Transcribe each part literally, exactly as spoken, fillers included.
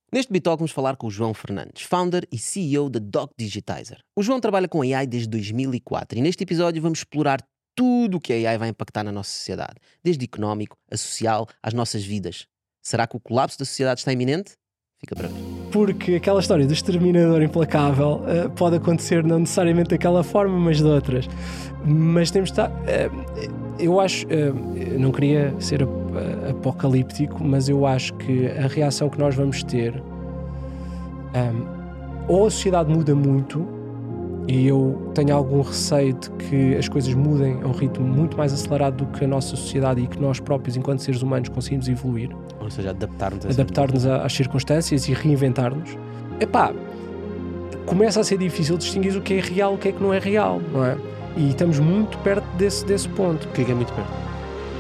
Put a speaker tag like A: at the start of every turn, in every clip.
A: Neste Bitalk vamos falar com o João Fernandes, founder e C E O da Doc Digitizer. O João trabalha com A I desde dois mil e quatro e neste episódio vamos explorar tudo o que a A I vai impactar na nossa sociedade, desde económico a social às nossas vidas. Será que o colapso da sociedade está iminente? Fica para ver.
B: Porque aquela história do exterminador implacável uh, pode acontecer não necessariamente daquela forma, mas de outras. Mas temos de estar... Uh, eu acho... Uh, eu não queria ser uh, apocalíptico, mas eu acho que a reação que nós vamos ter... Um, ou a sociedade muda muito, e eu tenho algum receio de que as coisas mudem a um ritmo muito mais acelerado do que a nossa sociedade e que nós próprios, enquanto seres humanos, conseguimos evoluir.
A: Ou seja, adaptar-nos, a
B: adaptar-nos às circunstâncias e reinventar-nos. Epá, começa a ser difícil distinguir o que é real e o que é que não é real, não é? E estamos muito perto desse, desse ponto.
A: O que é que é muito perto?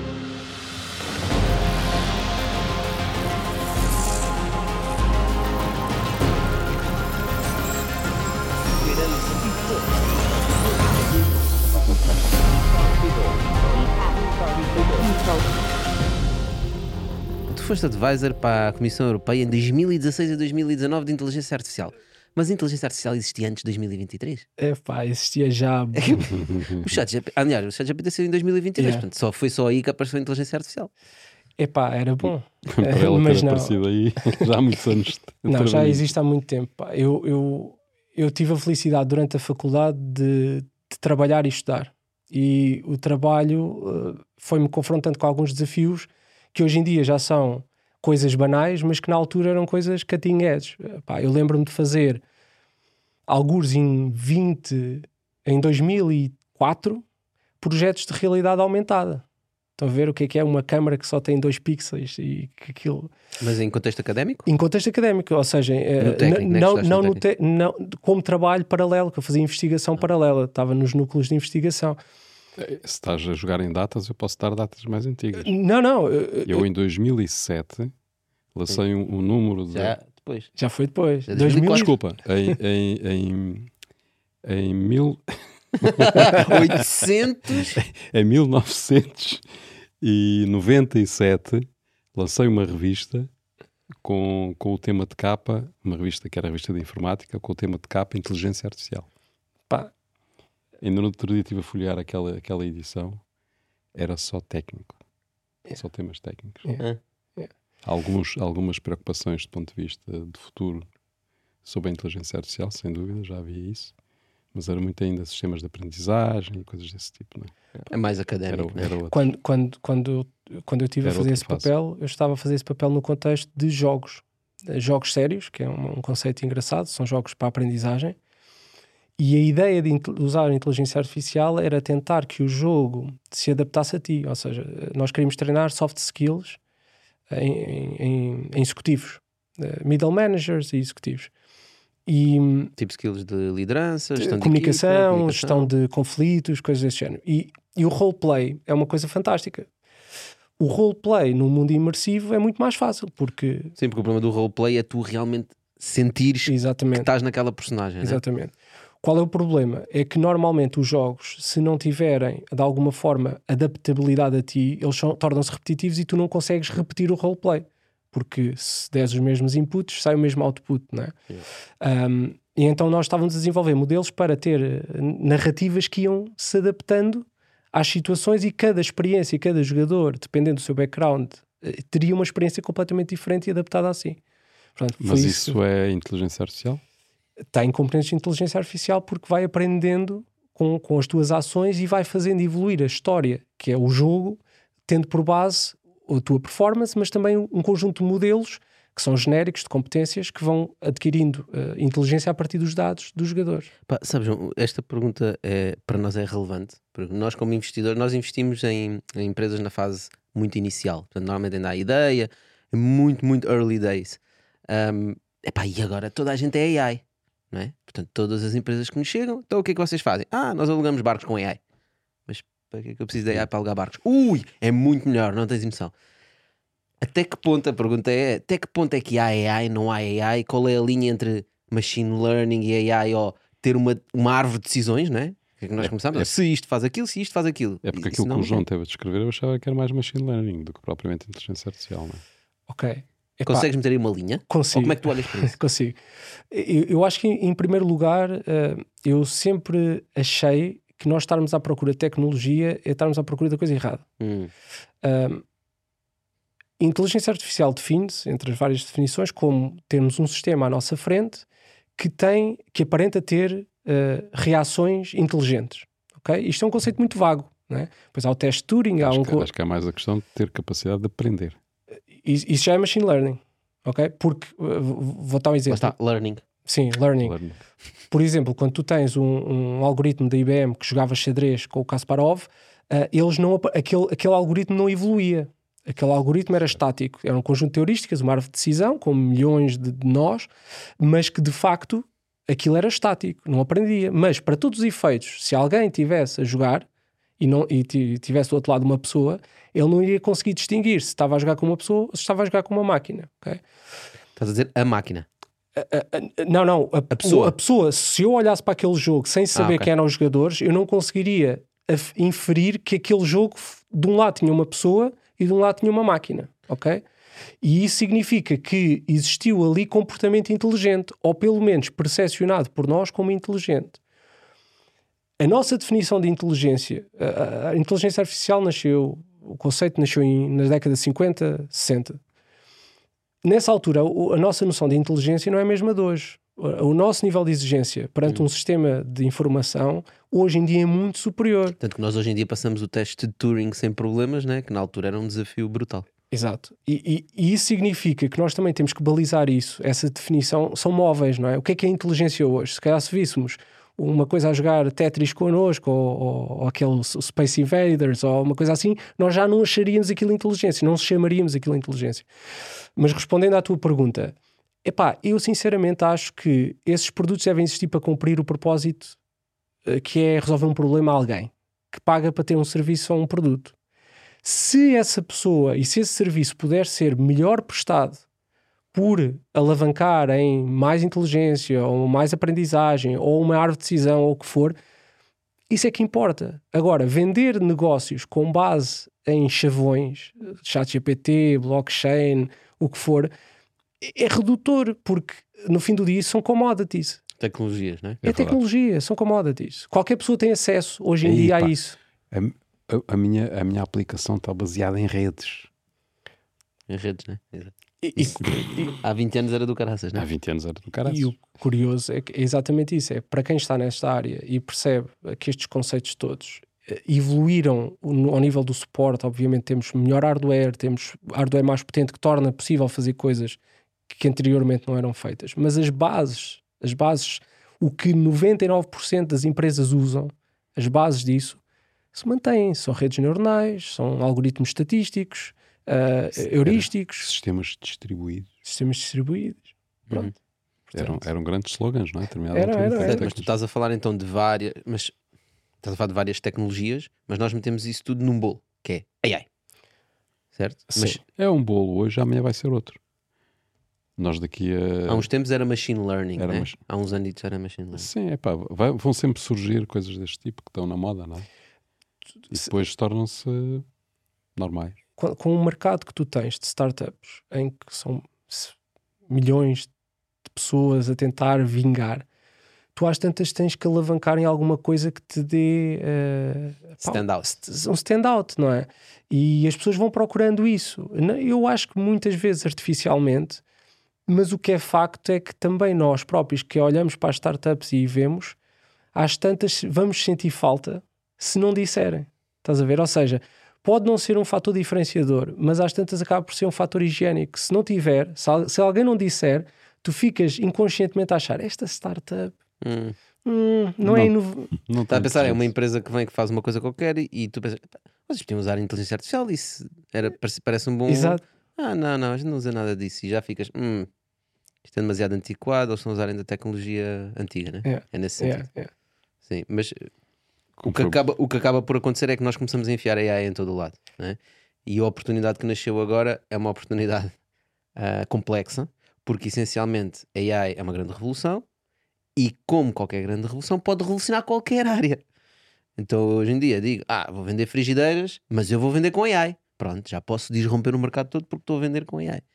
A: Tu foste advisor para a Comissão Europeia em dois mil e dezasseis a dois mil e dezanove de inteligência artificial. Mas a inteligência artificial existia antes de dois mil e vinte e três?
B: Epá, existia já...
A: o chat G P T, aliás, o chat G P T saiu em dois mil e vinte e dois, yeah. Portanto, só foi só aí que apareceu a inteligência artificial.
B: Epá, era bom.
C: Para ela
B: mas
C: ter
B: não.
C: aparecido aí já há muitos anos.
B: Não, já existe há muito tempo. Pá. Eu, eu, eu tive a felicidade durante a faculdade de, de trabalhar e estudar. E o trabalho uh, foi-me confrontando com alguns desafios que hoje em dia já são coisas banais, mas que na altura eram coisas cutting edge. Pá, eu lembro-me de fazer alguns em vinte, em dois mil e quatro, projetos de realidade aumentada. Estão a ver o que é que é uma câmara que só tem dois pixels e que aquilo...
A: Mas em contexto académico?
B: Em contexto académico, ou seja,
A: no técnico,
B: não,
A: né?
B: não,
A: no
B: no te, não como trabalho paralelo, que eu fazia investigação ah. paralela, estava nos núcleos de investigação.
C: Se estás a jogar em datas, eu posso dar datas mais antigas.
B: Não, não.
C: Eu, eu em dois mil e sete lancei um, um número de...
A: Já, depois.
B: Já foi depois.
A: Já
B: dois mil...
C: Desculpa, em, em, em, em mil...
A: oitocentos
C: Em mil novecentos e noventa e sete lancei uma revista com, com o tema de capa, uma revista que era a revista de informática, com o tema de capa Inteligência Artificial.
B: Pá.
C: Ainda no outro dia estive a folhear aquela, aquela edição, era só técnico, yeah. Só temas técnicos.
B: Yeah. Yeah.
C: Alguns, algumas preocupações do ponto de vista de futuro sobre a inteligência artificial, sem dúvida, já havia isso. Mas era muito ainda sistemas de aprendizagem e coisas desse tipo, não é?
A: É mais académico.
C: Era, era
B: quando, quando, quando, quando eu estive a fazer esse fase. papel, eu estava a fazer esse papel no contexto de jogos. Jogos sérios, que é um, um conceito engraçado, são jogos para aprendizagem. E a ideia de usar a inteligência artificial era tentar que o jogo se adaptasse a ti. Ou seja, nós queríamos treinar soft skills em, em, em executivos. Middle managers e executivos. E,
A: tipo skills de liderança, gestão de
B: comunicação,
A: equipa, comunicação,
B: gestão de conflitos, coisas desse género. E, e o roleplay é uma coisa fantástica. O roleplay no mundo imersivo é muito mais fácil, porque...
A: Sim, porque o problema do roleplay é tu realmente sentires
B: Exatamente.
A: que estás naquela personagem.
B: Exatamente. Né? Qual é o problema? É que normalmente os jogos, se não tiverem, de alguma forma, adaptabilidade a ti, eles são, tornam-se repetitivos e tu não consegues repetir o roleplay. Porque se deres os mesmos inputs, sai o mesmo output, não é? Um, e então nós estávamos a desenvolver modelos para ter narrativas que iam se adaptando às situações e cada experiência, cada jogador, dependendo do seu background, teria uma experiência completamente diferente e adaptada assim. Portanto,
C: Mas isso, isso é inteligência artificial?
B: Tem componentes de inteligência artificial porque vai aprendendo com, com as tuas ações e vai fazendo evoluir a história, que é o jogo, tendo por base a tua performance, mas também um conjunto de modelos que são genéricos de competências que vão adquirindo uh, inteligência a partir dos dados dos jogadores.
A: Pá, sabes, João, esta pergunta é, para nós é relevante, porque nós como investidores, nós investimos em, em empresas na fase muito inicial, portanto normalmente ainda há ideia, muito, muito early days. Um, epá, e agora toda a gente é A I, não é? Portanto todas as empresas que nos chegam, então o que é que vocês fazem? Ah, nós alugamos barcos com A I. Mas para que é que eu preciso de A I para alugar barcos? Ui, é muito melhor, não tens emoção. Até que ponto, a pergunta é, até que ponto é que há A I, não há A I? Qual é a linha entre machine learning e A I ou ter uma, uma árvore de decisões, não é? O que é que nós é, começamos? É, se isto faz aquilo, se isto faz aquilo.
C: É porque aquilo que o João teve a descrever eu achava que era mais machine learning do que propriamente inteligência artificial, não é?
B: Ok. Epá,
A: Consegues meter aí uma linha?
B: consigo.
A: Ou como é que tu olhas para isso?
B: Consigo. Eu, eu acho que, em primeiro lugar, uh, eu sempre achei que nós estarmos à procura de tecnologia é estarmos à procura da coisa errada.
A: Hum.
B: Uh, inteligência artificial define-se, entre as várias definições, como termos um sistema à nossa frente que tem, que aparenta ter uh, reações inteligentes. Okay? Isto é um conceito muito vago. Não é? Depois há o teste Turing, há
C: Acho,
B: um...
C: que, acho que é mais a questão de ter capacidade de aprender.
B: Isso já é machine learning, ok? Porque, uh, vou dar um exemplo.
A: Lá está, learning.
B: Sim, learning.
C: learning.
B: Por exemplo, quando tu tens um, um algoritmo da I B M que jogava xadrez com o Kasparov, uh, eles não, aquele, aquele algoritmo não evoluía. Aquele algoritmo era estático. Era um conjunto de heurísticas, uma árvore de decisão, com milhões de, de nós, mas que, de facto, aquilo era estático, não aprendia. Mas, para todos os efeitos, se alguém tivesse a jogar e, não, e tivesse do outro lado uma pessoa, ele não iria conseguir distinguir se estava a jogar com uma pessoa ou se estava a jogar com uma máquina. Okay?
A: Estás a dizer a máquina.
B: A, a, a, não, não. A,
A: a, pessoa.
B: a pessoa, se eu olhasse para aquele jogo sem saber ah, okay. quem eram os jogadores, eu não conseguiria inferir que aquele jogo, de um lado tinha uma pessoa e de um lado tinha uma máquina. Ok? E isso significa que existiu ali comportamento inteligente, ou pelo menos percepcionado por nós como inteligente. A nossa definição de inteligência, a, a inteligência artificial nasceu, o conceito nasceu em, nas décadas de cinquenta, sessenta. Nessa altura, a, a nossa noção de inteligência não é a mesma de hoje. O, o nosso nível de exigência perante hum. um sistema de informação, hoje em dia é muito superior.
A: Tanto que nós hoje em dia passamos o teste de Turing sem problemas, né? Que na altura era um desafio brutal.
B: Exato. E, e, e isso significa que nós também temos que balizar isso. Essa definição são móveis, não é? O que é que é inteligência hoje? Se calhar se víssemos uma coisa a jogar Tetris connosco, ou, ou, ou aquele Space Invaders, ou uma coisa assim, nós já não acharíamos aquilo inteligência, não chamaríamos aquilo inteligência. Mas respondendo à tua pergunta, epá, eu sinceramente acho que esses produtos devem existir para cumprir o propósito uh, que é resolver um problema a alguém, que paga para ter um serviço ou um produto. Se essa pessoa e se esse serviço puder ser melhor prestado por alavancar em mais inteligência, ou mais aprendizagem, ou uma árvore de decisão, ou o que for, isso é que importa. Agora, vender negócios com base em chavões, ChatGPT, blockchain, o que for, é redutor, porque no fim do dia são commodities.
A: Tecnologias, não é?
B: É, é tecnologia, são commodities. Qualquer pessoa tem acesso hoje em Aí, dia pá, a isso.
C: A, a, a, minha, a minha aplicação está baseada em redes.
A: Em redes, não é? Exato.
B: E, e, e,
A: há vinte anos era do caraças, não é?
C: Há vinte anos era do caraças.
B: E o curioso é que é exatamente isso. É para quem está nesta área e percebe que estes conceitos todos evoluíram ao nível do suporte. Obviamente temos melhor hardware, temos hardware mais potente que torna possível fazer coisas que anteriormente não eram feitas. Mas as bases, as bases, o que noventa e nove por cento das empresas usam, as bases disso, se mantêm. São redes neuronais, são algoritmos estatísticos, Uh, heurísticos,
C: sistemas distribuídos,
B: sistemas distribuídos. Pronto.
C: Uhum. Eram, eram grandes slogans, não é?
B: Era, era, era.
A: Mas tu estás a falar então de várias, mas estás a falar de várias tecnologias, mas nós metemos isso tudo num bolo, que é A I, certo?
B: Sim.
A: Mas
C: é um bolo hoje, amanhã vai ser outro. Nós daqui a...
A: Há uns tempos era machine learning,
C: era
A: né?
C: mach...
A: Há uns anos era machine learning.
C: Sim, é pá, vai, vão sempre surgir coisas deste tipo que estão na moda, não é? E depois tornam-se normais.
B: Com o mercado que tu tens de startups, em que são milhões de pessoas a tentar vingar, tu às tantas tens que alavancar em alguma coisa que te dê uh,
A: stand-out.
B: Um stand-out, não é? E as pessoas vão procurando isso. Eu acho que muitas vezes artificialmente, mas o que é facto é que também nós próprios que olhamos para as startups e vemos, às tantas vamos sentir falta se não disserem. Estás a ver? Ou seja, pode não ser um fator diferenciador, mas às tantas acaba por ser um fator higiênico. Se não tiver, se, se alguém não disser, tu ficas inconscientemente a achar esta startup
A: hum.
B: Hum, não, não é inovo...
A: Não está a pensar, é uma empresa que vem que faz uma coisa qualquer e, e tu pensas, vocês podiam usar a inteligência artificial, isso era, parece, parece um bom...
B: Exato.
A: Ah, não, não, a gente não usa nada disso e já ficas, hum, isto é demasiado antiquado ou estão a usar ainda tecnologia antiga, né?
B: Yeah.
A: É nesse sentido.
B: Yeah, yeah.
A: Sim, mas... O que, acaba, o que acaba por acontecer é que nós começamos a enfiar A I em todo o lado, né? E a oportunidade que nasceu agora é uma oportunidade uh, complexa, porque essencialmente a A I é uma grande revolução e, como qualquer grande revolução, pode revolucionar qualquer área. Então hoje em dia digo, ah, vou vender frigideiras, mas eu vou vender com A I. Pronto, já posso disromper o mercado todo porque estou a vender com A I.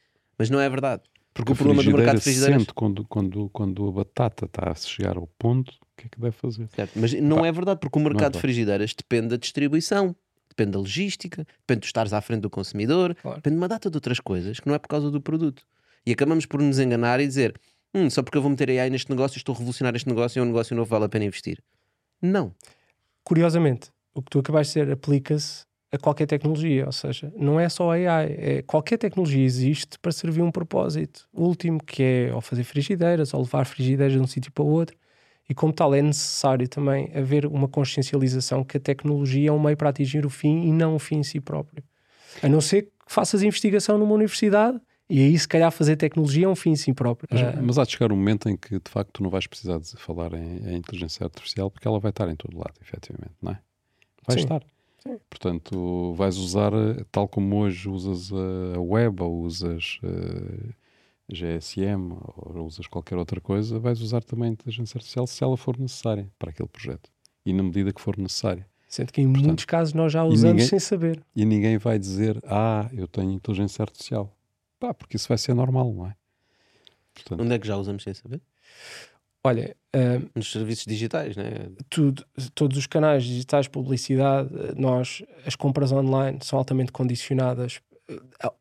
A: Mas não é verdade. Porque
C: A
A: o problema do mercado de
C: frigideira
A: frigideiras...
C: sente quando, quando, quando a batata está a chegar ao ponto, o que é que deve fazer?
A: Certo, mas não
C: Pá,
A: é verdade, porque o mercado
C: é
A: de
C: verdade.
A: frigideiras depende da distribuição, depende da logística, depende de estares à frente do consumidor,
B: Claro.
A: depende de uma data de outras coisas que não é por causa do produto. E acabamos por nos enganar e dizer hum, só porque eu vou meter A I neste negócio, estou a revolucionar este negócio, é um negócio novo, vale a pena investir. Não.
B: Curiosamente, o que tu acabaste de dizer aplica-se a qualquer tecnologia, ou seja, não é só A I, é qualquer tecnologia existe para servir um propósito último, que é ou fazer frigideiras, ou levar frigideiras de um sítio para o outro, e como tal é necessário também haver uma consciencialização que a tecnologia é um meio para atingir o fim e não o fim em si próprio. A não ser que faças investigação numa universidade, e aí se calhar fazer tecnologia é um fim em si próprio.
C: Mas,
B: Ah,
C: mas há de chegar um momento em que de facto tu não vais precisar de falar em, em inteligência artificial, porque ela vai estar em todo lado, efetivamente, não é? Vai
B: Sim.
C: estar.
B: Sim.
C: Portanto, vais usar, tal como hoje usas a web ou usas uh, G S M ou usas qualquer outra coisa, vais usar também a inteligência artificial se ela for necessária para aquele projeto e na medida que for necessária.
B: sendo que em
C: Portanto,
B: muitos casos nós já
C: e
B: usamos
C: ninguém-
B: sem saber.
C: E ninguém vai dizer, ah, eu tenho inteligência artificial. Pá, porque isso vai ser normal, não é? Portanto,
A: Onde é que já usamos sem saber?
B: Olha, ah,
A: Nos serviços digitais, né?
B: tudo, todos os canais digitais, publicidade, nós, as compras online são altamente condicionadas. A,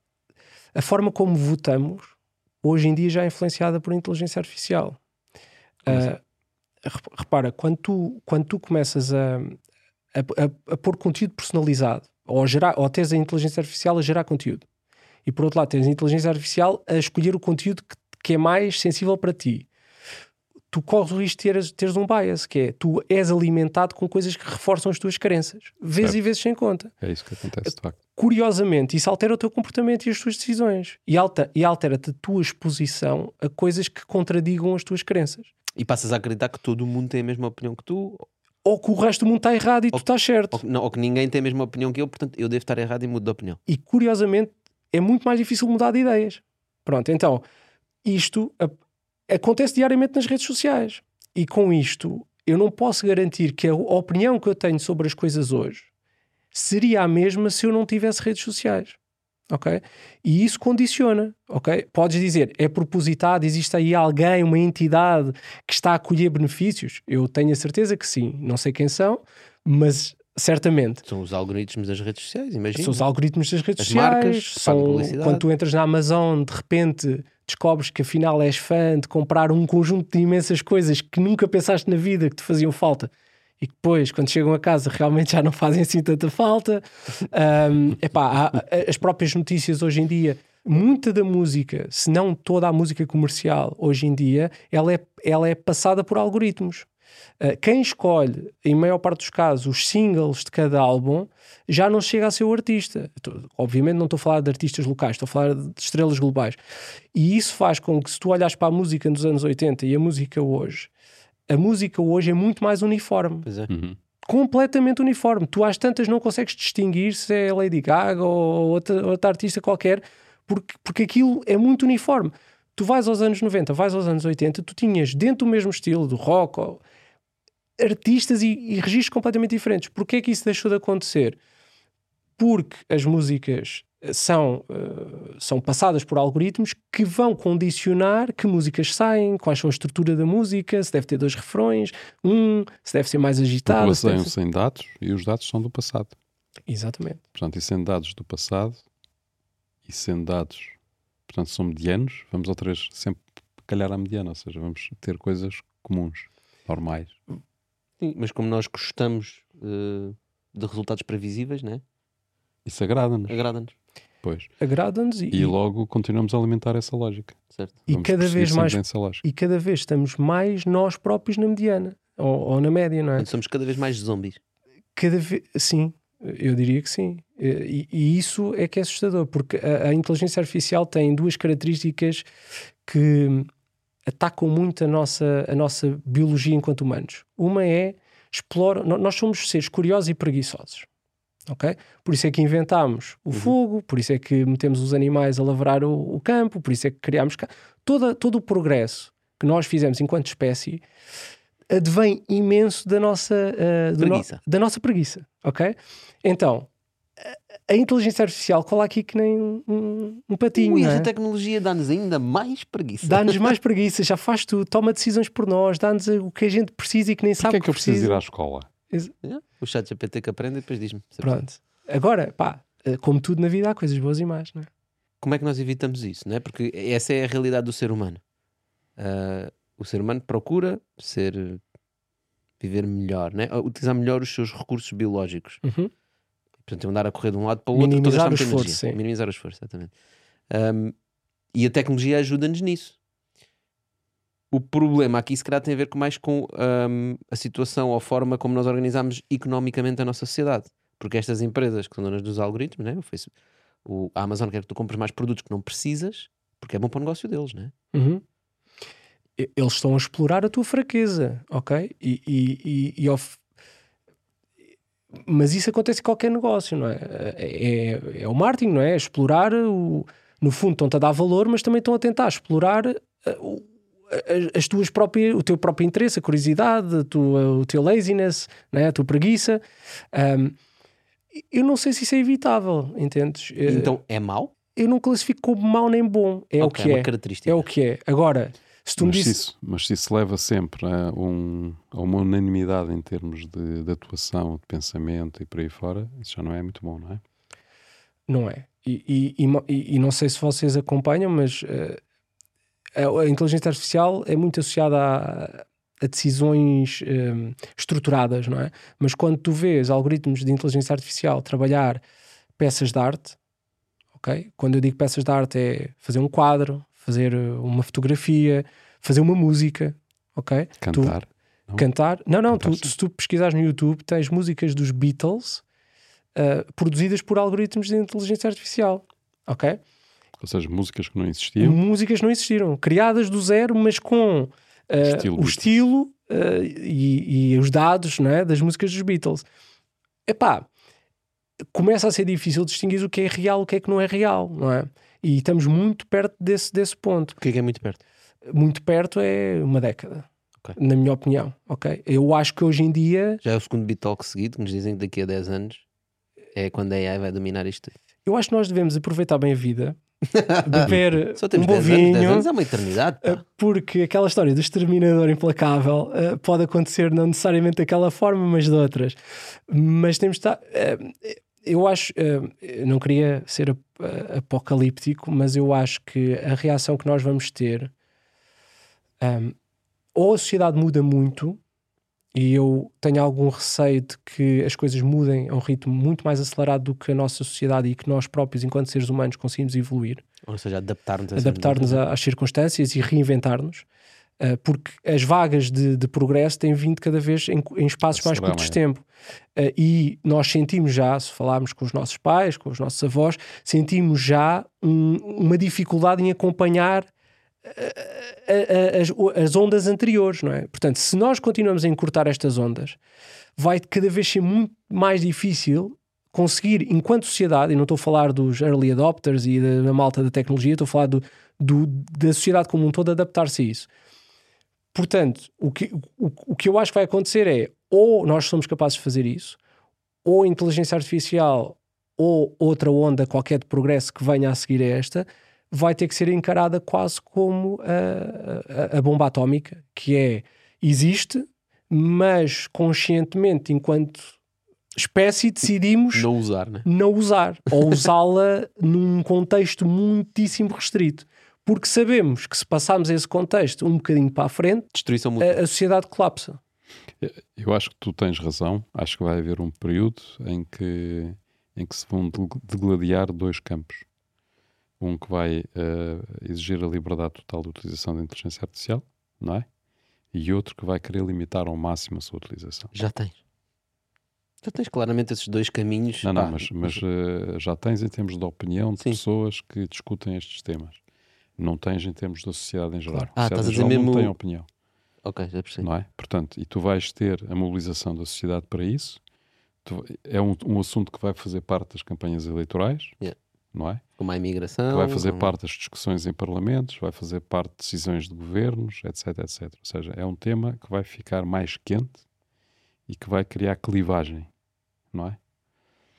B: a forma como votamos, hoje em dia, já é influenciada por inteligência artificial.
A: Como
B: Ah, rep- repara, quando tu, quando tu começas a, a, a, a pôr conteúdo personalizado, ou, a gerar, ou tens a inteligência artificial a gerar conteúdo, e por outro lado tens a inteligência artificial a escolher o conteúdo que, que é mais sensível para ti, tu corres o risco de teres, teres um bias, que é, tu és alimentado com coisas que reforçam as tuas crenças, vezes
C: Certo.
B: e vezes sem conta.
C: é isso que acontece, de facto.
B: Curiosamente, isso altera o teu comportamento e as tuas decisões. E, alta, e altera-te a tua exposição a coisas que contradigam as tuas crenças.
A: E passas a acreditar que todo mundo tem a mesma opinião que tu,
B: Ou que o resto do mundo está errado e
A: Ou-
B: tu estás certo.
A: ou, que- não, ou que ninguém tem a mesma opinião que eu, portanto eu devo estar errado e mudo de opinião.
B: E curiosamente é muito mais difícil mudar de ideias. Pronto, então isto a- acontece diariamente nas redes sociais. E com isto eu não posso garantir que a opinião que eu tenho sobre as coisas hoje seria a mesma se eu não tivesse redes sociais. Ok? E isso condiciona. Ok? Podes dizer, é propositado, existe aí alguém, uma entidade que está a colher benefícios? Eu tenho a certeza que sim. Não sei quem são, mas certamente.
A: São os algoritmos das redes sociais, imagina.
B: São os algoritmos das redes
A: As
B: sociais,
A: marcas que fazem
B: são
A: publicidade.
B: quando tu entras na Amazon, de repente descobres que afinal és fã de comprar um conjunto de imensas coisas que nunca pensaste na vida que te faziam falta e que depois, quando chegam a casa, realmente já não fazem assim tanta falta. Um, epá, há- as próprias notícias hoje em dia, muita da música, se não toda a música comercial hoje em dia, ela é, ela é passada por algoritmos. Uh, quem escolhe, em maior parte dos casos, os singles de cada álbum, já não chega a ser o artista. Tô- obviamente não estou a falar de artistas locais, estou a falar de estrelas globais. E isso faz com que, se tu olhas para a música nos anos oitenta e a música hoje, a música hoje é muito mais uniforme.
A: Pois é.
C: Uhum.
B: Completamente uniforme. Tu às tantas não consegues distinguir se é Lady Gaga ou outra, outra artista qualquer, porque, porque aquilo é muito uniforme. Tu vais aos anos noventa, vais aos anos oitenta, tu tinhas dentro do mesmo estilo, do rock, ou, artistas e, e registros completamente diferentes. Porquê é que isso deixou de acontecer? Porque as músicas são, uh, são passadas por algoritmos que vão condicionar que músicas saem, quais são a estrutura da música, se deve ter dois refrões, um, se deve ser mais
C: Porque
B: agitado. se deve
C: baseiam-se em dados e os dados são do passado.
B: ser- Exatamente.
C: Portanto, e sendo dados do passado e sendo dados, portanto, são medianos, vamos outra vez sempre calhar à mediana, ou seja, vamos ter coisas comuns, normais.
A: Sim, mas como nós gostamos eh, de resultados previsíveis, né?
C: Isso agrada-nos,
A: Agrada-nos,
C: pois.
B: Agrada-nos e,
C: E logo continuamos a alimentar essa lógica.
A: certo?
B: e
C: Vamos
B: cada
C: perseguir
B: vez
C: sempre
B: mais
C: essa lógica.
B: e cada vez estamos mais nós próprios na mediana ou, ou na média, não é?
A: Portanto, somos cada vez mais zombies.
B: Cada vez, sim, eu diria que sim. E, e isso é que é assustador, porque a, a inteligência artificial tem duas características que atacam muito a nossa, a nossa biologia enquanto humanos. Uma é explora, no- nós somos seres curiosos e preguiçosos. Ok? Por isso é que inventámos o fogo, por isso é que metemos os animais a lavrar o, o campo, por isso é que criámos ca- Toda, todo o progresso que nós fizemos enquanto espécie advém imenso da nossa, uh, do no-
A: Preguiça.
B: da nossa preguiça, ok? Então, a inteligência artificial cola aqui que nem um, um, um patinho.
A: Ui,
B: não é?
A: esta tecnologia dá-nos ainda mais preguiça.
B: Dá-nos mais preguiça, já faz tudo, toma decisões por nós, dá-nos o que a gente precisa e que nem
C: Porquê
B: sabe
C: é que eu preciso
B: precisa.
C: ir à escola?
A: É, o chat G P T que aprende e depois diz-me. se
B: Pronto. Agora, pá, como tudo na vida há coisas boas e más, não é?
A: Como é que nós evitamos isso, não é? Porque essa é a realidade do ser humano. Uh, o ser humano procura ser, viver melhor, né? Utilizar melhor os seus recursos biológicos.
B: Uhum.
A: Portanto, andar a correr de um lado para o outro,
B: Minimizar
A: toda
B: o
A: esta
B: esforço,
A: energia.
B: sim.
A: Minimizar o esforço, exatamente. Um, e a tecnologia ajuda-nos nisso. O problema aqui, se calhar, tem a ver com mais com um, a situação ou a forma como nós organizamos economicamente a nossa sociedade. Porque estas empresas que são donas dos algoritmos, né? o Facebook, o, a Amazon quer que tu compres mais produtos que não precisas, porque é bom para o negócio deles, né?
B: Uhum. Eles estão a explorar a tua fraqueza, ok? E, e, e, e of... Mas isso acontece em qualquer negócio, não é? É, é, é o marketing, não é? Explorar, o... no fundo estão-te a dar valor, mas também estão a tentar explorar o, as tuas próprias, o teu próprio interesse, a curiosidade, a tua, o teu laziness, não é? A tua preguiça. Um, eu não sei se isso é evitável, entendes?
A: Então é mau?
B: Eu não classifico como mau nem bom. É
A: okay,
B: o que
A: é.
B: é.
A: Uma característica.
B: É o que é. Agora, se tu
C: mas,
B: me
C: se
B: disse...
C: isso, mas se isso leva sempre a, um, a uma unanimidade em termos de, de atuação, de pensamento e por aí fora, isso já não é muito bom, não é?
B: Não é. E, e, e, e não sei se vocês acompanham, mas uh, a, a inteligência artificial é muito associada a, a decisões um, estruturadas, não é? Mas quando tu vês algoritmos de inteligência artificial trabalhar peças de arte, ok? Quando eu digo peças de arte é fazer um quadro, fazer uma fotografia, fazer uma música, ok?
C: Cantar.
B: Tu,
C: não?
B: Cantar. Não, não,
C: Cantar,
B: tu, se tu pesquisares no YouTube, tens músicas dos Beatles Uh, produzidas por algoritmos de inteligência artificial, ok?
C: Ou seja, músicas que não existiam.
B: Músicas não existiram, criadas do zero, mas com uh,
C: estilo
B: o estilo uh, e, e os dados, não é, das músicas dos Beatles. Epá, começa a ser difícil distinguir o que é real e o que é que não é real, não é? E estamos muito perto desse, desse ponto.
A: O que é que é muito perto?
B: Muito perto é uma década.
A: Okay.
B: Na minha opinião, ok? Eu acho que hoje em dia...
A: Já é o segundo Beat Talk seguido, que nos dizem que daqui a dez anos é quando a AI vai dominar isto.
B: Eu acho que nós devemos aproveitar bem a vida, beber
A: Só temos
B: um bom
A: dez anos,
B: vinho,
A: dez anos é uma eternidade, pá.
B: Porque aquela história do exterminador implacável uh, pode acontecer não necessariamente daquela forma, mas de outras. Mas temos de estar... Uh, eu acho... Uh, eu não queria ser ap apocalíptico, mas eu acho que a reação que nós vamos ter... Um, ou a sociedade muda muito... E eu tenho algum receio de que as coisas mudem a um ritmo muito mais acelerado do que a nossa sociedade e que nós próprios, enquanto seres humanos, conseguimos evoluir.
A: Ou seja, adaptar-nos,
B: adaptar-nos às circunstâncias e reinventar-nos. Uh, porque as vagas de, de progresso têm vindo cada vez em, em espaços mais curtos de tempo. Uh, e nós sentimos já, se falarmos com os nossos pais, com os nossos avós, sentimos já um, uma dificuldade em acompanhar As, as ondas anteriores, não é? Portanto, se nós continuamos a encurtar estas ondas, vai cada vez ser muito mais difícil conseguir, enquanto sociedade, e não estou a falar dos early adopters e da, da malta da tecnologia, estou a falar do, do, da sociedade como um todo, adaptar-se a isso. Portanto, o que, o, o que eu acho que vai acontecer é, ou nós somos capazes de fazer isso, ou a inteligência artificial, ou outra onda qualquer de progresso que venha a seguir a esta, vai ter que ser encarada quase como a, a, a bomba atómica, que é, existe, mas conscientemente, enquanto espécie, decidimos
A: não usar, né?
B: não usar, ou usá-la num contexto muitíssimo restrito. Porque sabemos que se passarmos esse contexto um bocadinho para a frente,
A: destruição
B: a, a sociedade colapsa.
C: Eu acho que tu tens razão. Acho que vai haver um período em que, em que se vão degladiar dois campos. Um que vai uh, exigir a liberdade total de utilização da inteligência artificial, não é? E outro que vai querer limitar ao máximo a sua utilização.
A: Já tens. Já tens claramente esses dois caminhos.
C: Não,
A: pá,
C: não, mas, mas uh, já tens em termos de opinião de Sim. pessoas que discutem estes temas. Não tens em termos da sociedade em geral.
A: Claro. Ah,
C: a
A: estás a
C: dizer
A: mesmo...
C: não tem opinião.
A: Ok, já percebi.
C: Não é? Portanto, e tu vais ter a mobilização da sociedade para isso. Tu, é um, um assunto que vai fazer parte das campanhas eleitorais.
A: Yeah.
C: Não é?
A: Como a imigração.
C: Que vai fazer
A: como...
C: parte das discussões em parlamentos, vai fazer parte de decisões de governos, etc, etcétera. Ou seja, é um tema que vai ficar mais quente e que vai criar clivagem, não é?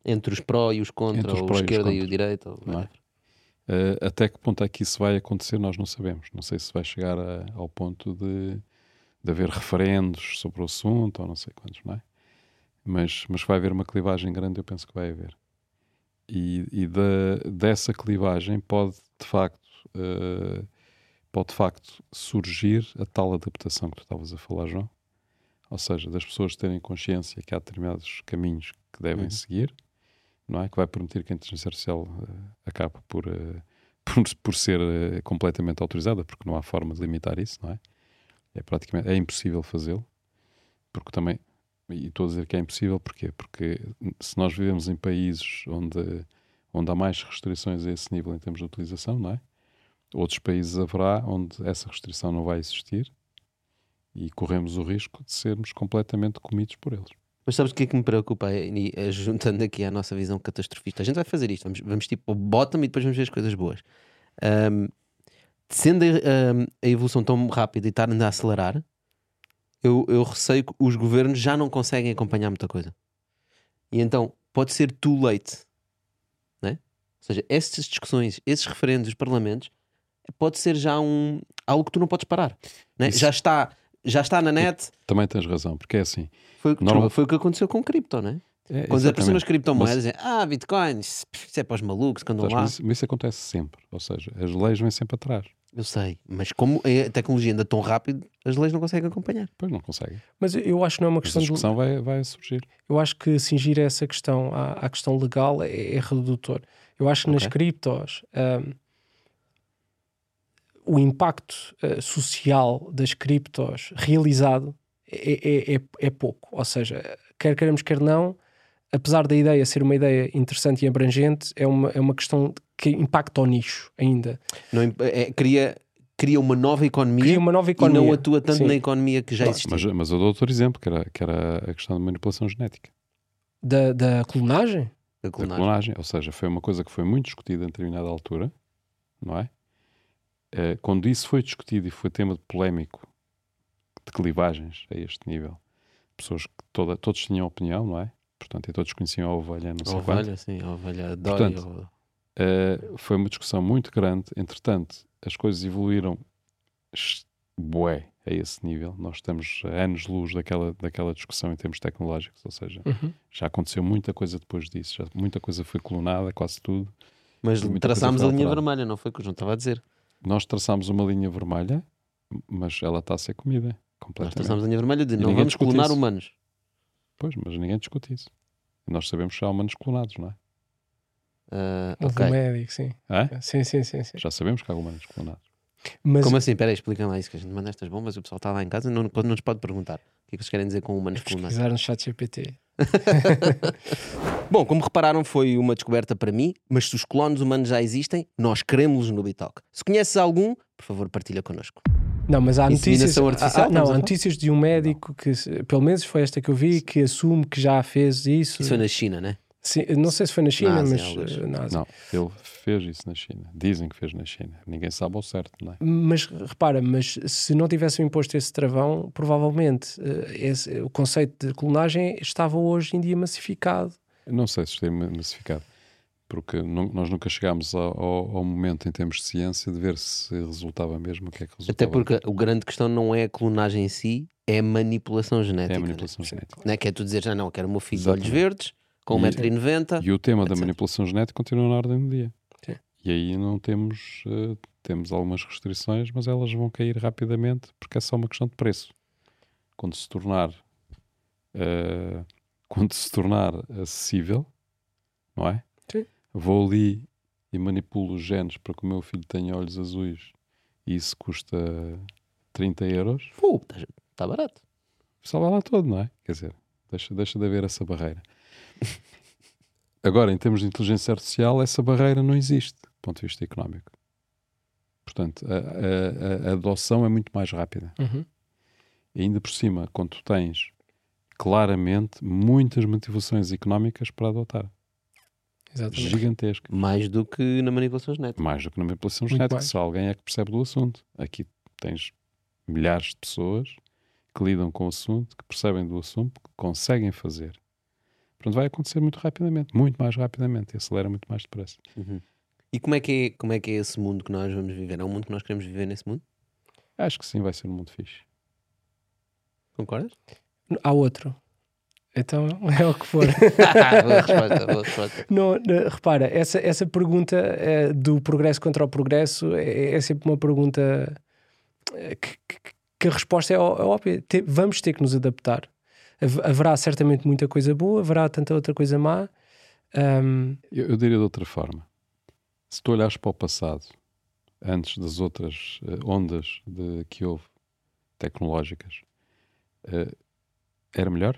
A: Entre os pró e os contra,
C: Entre os
A: ou
C: pró
A: a
C: e os
A: esquerda e,
C: contra,
A: o direito. Ou...
C: não é? Uh, até que ponto é que isso vai acontecer, nós não sabemos. Não sei se vai chegar a, ao ponto de, de haver referendos sobre o assunto, ou não sei quantos, não é? Mas, mas vai haver uma clivagem grande, eu penso que vai haver. E, e da, dessa clivagem pode, de facto, uh, pode, de facto, surgir a tal adaptação que tu estavas a falar, João. Ou seja, das pessoas terem consciência que há determinados caminhos que devem uhum. seguir, não é? Que vai permitir que a inteligência artificial uh, acabe por, uh, por, por ser uh, completamente autorizada, porque não há forma de limitar isso, não é? É praticamente, é impossível fazê-lo, porque também, e estou a dizer que é impossível, porquê? Porque se nós vivemos em países onde, onde há mais restrições a esse nível em termos de utilização, não é? Outros países haverá onde essa restrição não vai existir e corremos o risco de sermos completamente comidos por eles.
A: Mas sabes o que é que me preocupa? E, e, juntando aqui à nossa visão catastrofista, a gente vai fazer isto, vamos, vamos tipo ao bottom e depois vamos ver as coisas boas. Um, sendo a, um, a evolução tão rápida e estar a acelerar, eu, eu receio que os governos já não conseguem acompanhar muita coisa. E então pode ser too late, né? Ou seja, essas discussões, esses referendos dos parlamentos, pode ser já um, algo que tu não podes parar, né? Já está... Já está na net.
C: Também tens razão, porque é assim.
A: Foi, normal... foi o que aconteceu com cripto, não é?
C: é
A: Quando apareceram as criptomoedas, mas... dizem, ah, bitcoins, isso é para os malucos que andam lá.
C: Mas, mas isso acontece sempre, ou seja, as leis vêm sempre atrás.
A: Eu sei, mas como a tecnologia anda tão rápido, as leis não conseguem acompanhar.
C: Pois não conseguem.
B: Mas eu acho que não é uma questão.
C: Mas a discussão
B: do...
C: vai, vai surgir.
B: Eu acho que cingir essa questão à, à questão legal é, é redutor. Eu acho que okay. nas criptos. Um, o impacto uh, social das criptos realizado é, é, é, é pouco. Ou seja, quer queremos, quer não, apesar da ideia ser uma ideia interessante e abrangente, é uma, é uma questão que impacta o nicho ainda.
A: Não, é, cria, cria uma nova economia,
B: cria uma nova economia
A: e não atua tanto
B: Sim.
A: na economia que já
C: não,
A: existia.
C: Mas, mas eu dou outro exemplo, que era, que era a questão da manipulação genética.
B: Da, da clonagem?
A: Da clonagem.
C: Da clonagem. Ou seja, foi uma coisa que foi muito discutida em determinada altura, não é? Uh, quando isso foi discutido e foi tema de polémico de clivagens a este nível, pessoas que toda, todos tinham opinião, não é? Portanto, e todos conheciam a ovelha, não sei
A: a
C: quanto.
A: ovelha, sim, a ovelha dói.
C: Portanto,
A: ou...
C: uh, foi uma discussão muito grande. Entretanto, as coisas evoluíram bué a esse nível. Nós estamos a anos-luz daquela, daquela discussão em termos tecnológicos, ou seja,
B: uhum.
C: já aconteceu muita coisa depois disso, já, muita coisa foi clonada, quase tudo.
A: Mas traçámos a linha vermelha, não foi o que o João estava a dizer?
C: Nós traçámos uma linha vermelha, mas ela está a ser comida completamente.
A: Nós traçámos a linha vermelha de e não vamos clonar isso. humanos.
C: Pois, mas ninguém discute isso. E nós sabemos que há humanos clonados, não é?
A: Uh, okay.
B: O médico, sim.
C: É?
B: Sim, sim, sim, sim.
C: Já sabemos que há humanos clonados.
A: Mas... Como assim? Espera aí, explica lá isso, que a gente manda estas bombas e o pessoal está lá em casa e não, não nos pode perguntar. O que é que vocês querem dizer com humanos clonados?
B: Pesquisar no chat G P T.
A: Bom, como repararam, foi uma descoberta para mim, mas se os clones humanos já existem, nós queremos-los no Bitalk. Se conheces algum, por favor, partilha connosco.
B: Não, mas há notícias,
A: artificial,
B: há, não, há notícias de um médico não. que, pelo menos foi esta que eu vi, que assume que já fez isso.
A: Isso foi na China, né?
B: Sim, não sei se foi na China,
A: na Ásia,
B: mas uh, na Ásia.
C: Não, ele fez isso na China. Dizem que fez na China. Ninguém sabe ao certo, não é?
B: Mas repara, mas se não tivessem imposto esse travão, provavelmente uh, esse, o conceito de clonagem estava hoje em dia massificado.
C: Não sei se esteja massificado, porque não, nós nunca chegámos ao, ao, ao momento em termos de ciência de ver se resultava mesmo o que é que resultava.
A: Até porque a grande questão não é a clonagem em si, é a manipulação genética.
C: É a manipulação
A: né?
C: genética.
A: Não é que é tu dizer, já não, quero o meu filho Exatamente. de olhos verdes, com um metro e noventa.
C: E o tema etcétera da manipulação genética continua na ordem do dia.
B: Sim.
C: E aí não temos, uh, temos algumas restrições, mas elas vão cair rapidamente porque é só uma questão de preço. Quando se tornar uh, quando se tornar acessível, não é?
B: Sim.
C: Vou ali e manipulo os genes para que o meu filho tenha olhos azuis e isso custa trinta euros.
A: Uh, está barato.
C: Só vai lá todo, não é? Quer dizer, deixa, deixa de haver essa barreira. Agora, em termos de inteligência artificial, essa barreira não existe, do ponto de vista económico. Portanto, a, a, a adoção é muito mais rápida.
B: Uhum.
C: E ainda por cima, quando tu tens claramente muitas motivações económicas para adotar.
B: Exatamente.
C: Gigantesca.
A: Mais do que na manipulação genética.
C: Mais do que na manipulação
B: muito
C: genética.
B: mais.
C: Só alguém é que percebe do assunto. Aqui tens milhares de pessoas que lidam com o assunto, que percebem do assunto, que conseguem fazer. Pronto, vai acontecer muito rapidamente, muito mais rapidamente, e acelera muito mais depressa.
A: Uhum. E como é, que é, como é que é esse mundo que nós vamos viver? É um mundo que nós queremos viver nesse mundo?
C: Acho que sim, vai ser um mundo fixe.
A: Concordas?
B: Há outro. Então é o que for.
A: boa resposta, boa resposta.
B: Não, não, repara, essa, essa pergunta é, do progresso contra o progresso é, é sempre uma pergunta é, que, que, que a resposta é, ó- é óbvia. Te- vamos ter que nos adaptar. Hav- Haverá certamente muita coisa boa, haverá tanta outra coisa má. Ahm,
C: Eu, eu diria de outra forma. Se tu olhares para o passado, antes das outras eh, ondas de, que houve, tecnológicas, eh, era melhor?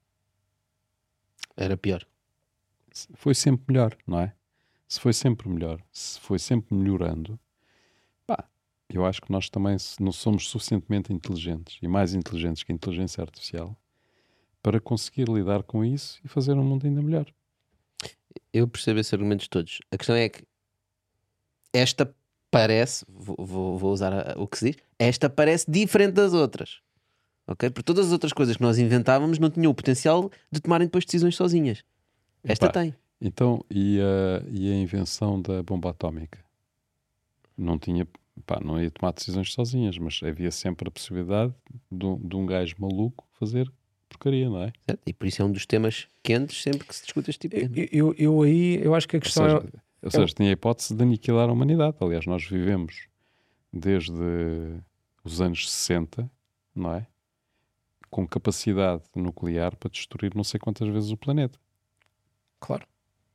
A: Era pior.
C: Se- Foi sempre melhor, não é? Se foi sempre melhor, se foi sempre melhorando, pá, eu acho que nós também se- não somos suficientemente inteligentes e mais inteligentes que a inteligência artificial para conseguir lidar com isso e fazer um mundo ainda melhor.
A: Eu percebo esses argumentos todos. A questão é que esta parece, vou, vou- vou usar a- o que se diz, esta parece diferente das outras. Ok? Porque todas as outras coisas que nós inventávamos não tinham o potencial de tomarem depois decisões sozinhas. Esta
C: Epá,
A: tem.
C: Então, e a, e a invenção da bomba atómica? Não tinha, pá, não ia tomar decisões sozinhas, mas havia sempre a possibilidade de, um- de um gajo maluco fazer porcaria, não é?
A: Certo? E por isso é um dos temas quentes sempre que se discute este tipo de tema.
B: eu, eu, eu aí, eu acho que a
C: Ou
B: questão
C: seja,
B: é...
C: ou seja, tinha a hipótese de aniquilar a humanidade. Aliás, nós vivemos desde os anos sessenta, não é? Com capacidade nuclear para destruir não sei quantas vezes o planeta.
B: Claro.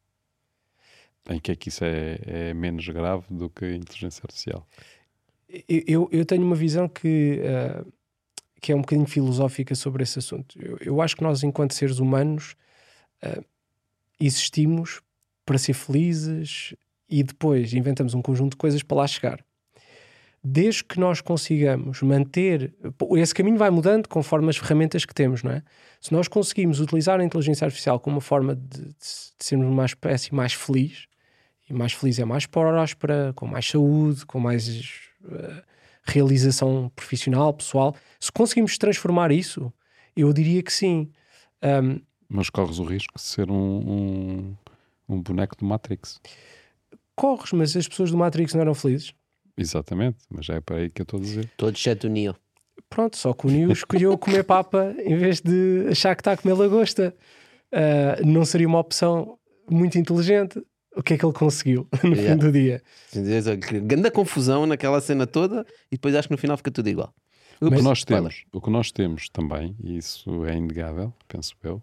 C: Em que é que isso é, é menos grave do que a inteligência artificial?
B: Eu, eu- eu tenho uma visão que, ah, que é um bocadinho filosófica sobre esse assunto. Eu, eu acho que nós, enquanto seres humanos, ah, existimos para ser felizes e depois inventamos um conjunto de coisas para lá chegar. Desde que nós consigamos manter... pô, esse caminho vai mudando conforme as ferramentas que temos, não é? Se nós conseguimos utilizar a inteligência artificial como uma forma de, de, de sermos uma espécie mais feliz, e mais feliz é mais próspera, com mais saúde, com mais uh, realização profissional, pessoal. Se conseguimos transformar isso, eu diria que sim. Um,
C: Mas corres o risco de ser um, um, um boneco do Matrix.
B: corres, mas as pessoas do Matrix não eram felizes.
C: Exatamente, mas é para aí que eu estou a dizer.
A: Todos exceto o Neo.
B: Pronto, só que o Neo escolheu comer papa em vez de achar que está a comer lagosta. Uh, não seria uma opção muito inteligente. O que é que ele conseguiu no
A: Yeah.
B: fim do dia?
A: Grande confusão naquela cena toda e depois acho que no final fica tudo igual.
C: O que,
A: Ups,
C: nós
A: spoiler.
C: temos, o que nós temos também, e isso é inegável, penso eu,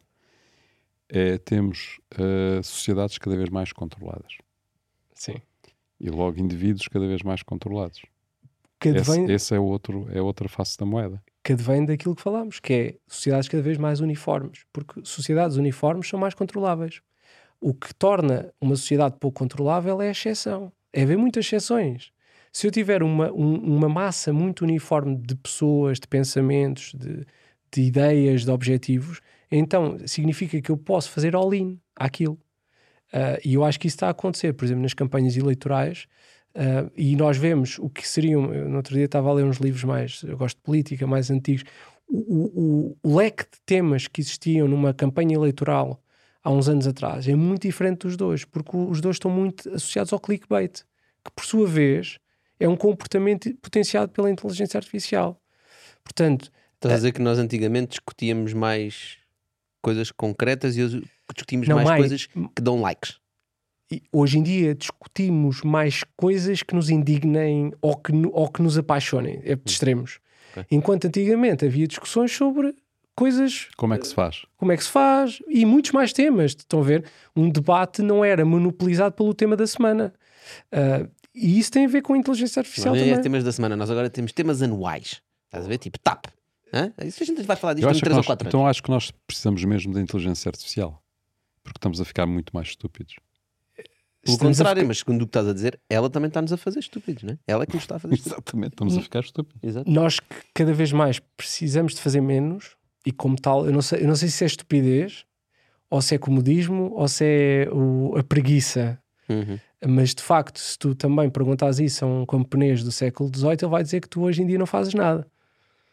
C: é temos uh, sociedades cada vez mais controladas.
B: Sim.
C: E logo indivíduos cada vez mais controlados.
B: Que
C: Esse,
B: advém,
C: esse é, outro, é outra face da moeda.
B: que advém daquilo que falámos, que é sociedades cada vez mais uniformes, porque sociedades uniformes são mais controláveis. O que torna uma sociedade pouco controlável é a exceção. É haver muitas exceções. Se eu tiver uma, um- uma massa muito uniforme de pessoas, de pensamentos, de, de ideias, de objetivos, então significa que eu posso fazer all-in àquilo. Ah, e eu acho que isso está a acontecer, por exemplo, nas campanhas eleitorais. Uh, e nós vemos o que seriam. Eu, no outro dia estava a ler uns livros mais, eu gosto de política, mais antigos. O, o, o, o leque de temas que existiam numa campanha eleitoral há uns anos atrás é muito diferente dos dois, porque os dois estão muito associados ao clickbait, que por sua vez é um comportamento potenciado pela inteligência artificial. Portanto,
A: Estás a dizer que nós antigamente discutíamos mais coisas concretas e hoje discutimos
B: Não,
A: mais,
B: mais-
A: coisas que dão likes.
B: e hoje em dia discutimos mais coisas que nos indignem ou que, no- ou que nos apaixonem, é de extremos.
A: Ok.
B: Enquanto antigamente havia discussões sobre coisas,
C: Como é que se faz?
B: como é que se faz, e muitos mais temas. Estão a ver? Um debate não era monopolizado pelo tema da semana. Ah, e isso tem a ver com a inteligência artificial
A: Não é
B: também.
A: temas da semana, nós agora temos temas anuais. Estás a ver? Tipo TAP. Hã? Isso a gente vai falar disto
C: Eu
A: em
C: acho que
A: três ou
C: nós,
A: quatro anos.
C: então acho que nós precisamos mesmo da inteligência artificial. Porque estamos a ficar muito mais estúpidos.
A: Pelo
B: Estamos a
A: contrário,
B: ficar-
A: mas segundo o que estás a dizer, ela também está-nos a fazer estúpidos, não é? Ela é que nos está a fazer estúpidos.
C: Exatamente, estamos a ficar estúpidos.
A: Exato.
B: Nós que cada vez mais precisamos de fazer menos, e como tal, eu não sei, eu não sei se é estupidez, ou se é comodismo, ou se é o- a preguiça.
A: Uhum.
B: Mas de facto, se tu também perguntas isso a um camponês do século dezoito, ele vai dizer que tu hoje em dia não fazes nada.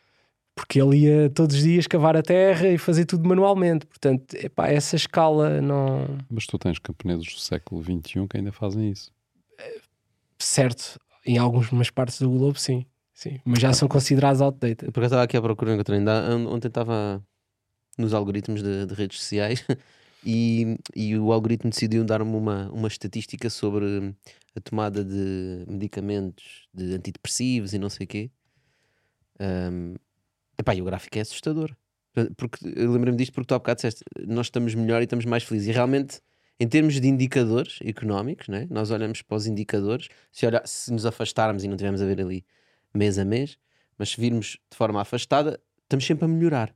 B: porque ele ia todos os dias cavar a terra e fazer tudo manualmente. Portanto, epá, essa escala não...
C: Mas tu tens camponeses do século vinte e um que ainda fazem isso.
B: Certo, em algumas partes do globo, sim. sim. Mas já são considerados outdated.
A: Porque eu estava aqui à procura encontrei ainda. Ontem estava nos algoritmos de, de redes sociais e, e o algoritmo decidiu dar-me uma, uma estatística sobre a tomada de medicamentos, de antidepressivos e não sei o quê. Um, epá, e o gráfico é assustador. Porque, eu lembrei-me disto porque tu há bocado disseste nós estamos melhor e estamos mais felizes. E realmente, em termos de indicadores económicos, né, nós olhamos para os indicadores. Se, olhar, se nos afastarmos e não tivermos a ver ali mês a mês, mas se virmos de forma afastada, estamos sempre a melhorar.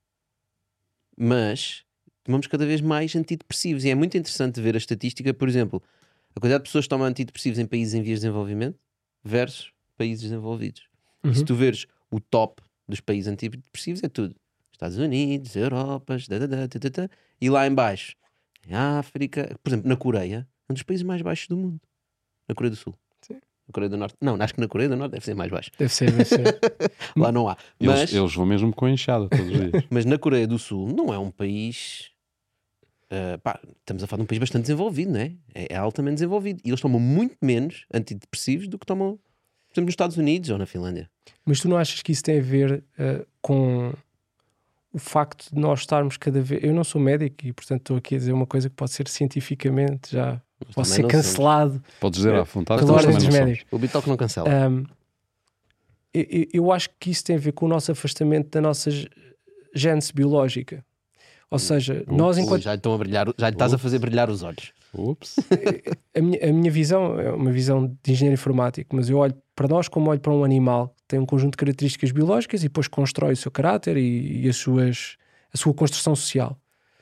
A: Mas tomamos cada vez mais antidepressivos. E é muito interessante ver a estatística, por exemplo, a quantidade de pessoas que tomam antidepressivos em países em vias de desenvolvimento versus países desenvolvidos.
B: Uhum.
A: E se tu veres o top dos países antidepressivos, é tudo Estados Unidos, Europas, da, da, da, da, da, e lá em baixo, em África, por exemplo, na Coreia, um dos países mais baixos do mundo. Na Coreia do Sul.
B: Sim.
A: Na Coreia do Norte. Não, acho que na Coreia do Norte deve ser mais baixo.
B: Deve ser, deve ser.
A: Lá não há. Mas,
C: Eles, eles vão mesmo com a enxada todos os dias.
A: mas na Coreia do Sul não é um país... Uh, pá, estamos a falar de um país bastante desenvolvido, não é? É, é altamente desenvolvido. E eles tomam muito menos antidepressivos do que tomam, por exemplo, nos Estados Unidos ou na Finlândia.
B: Mas tu não achas que isso tem a ver uh, com o facto de nós estarmos cada vez... Eu não sou médico e, portanto, estou aqui a dizer uma coisa que pode ser cientificamente já...
A: Mas
B: Posso
A: também
B: ser
A: não
B: cancelado.
C: Podes dizer à vontade.
B: Pela
C: nós
B: ordem
C: também
B: dos
C: não somos.
B: médicos.
A: O Bitoque não cancela.
B: Um, eu, eu acho que isso tem a ver com o nosso afastamento da nossa g- gênese biológica. Ou seja,
C: Ui,
B: nós
A: Ui,
B: enquanto...
A: já lhe estão a brilhar, já lhe estás a fazer brilhar os olhos.
C: Ups.
B: A minha, a minha visão é uma visão de engenheiro informático, mas eu olho para nós como olho para um animal que tem um conjunto de características biológicas e depois constrói o seu caráter e, e as suas, a sua construção social.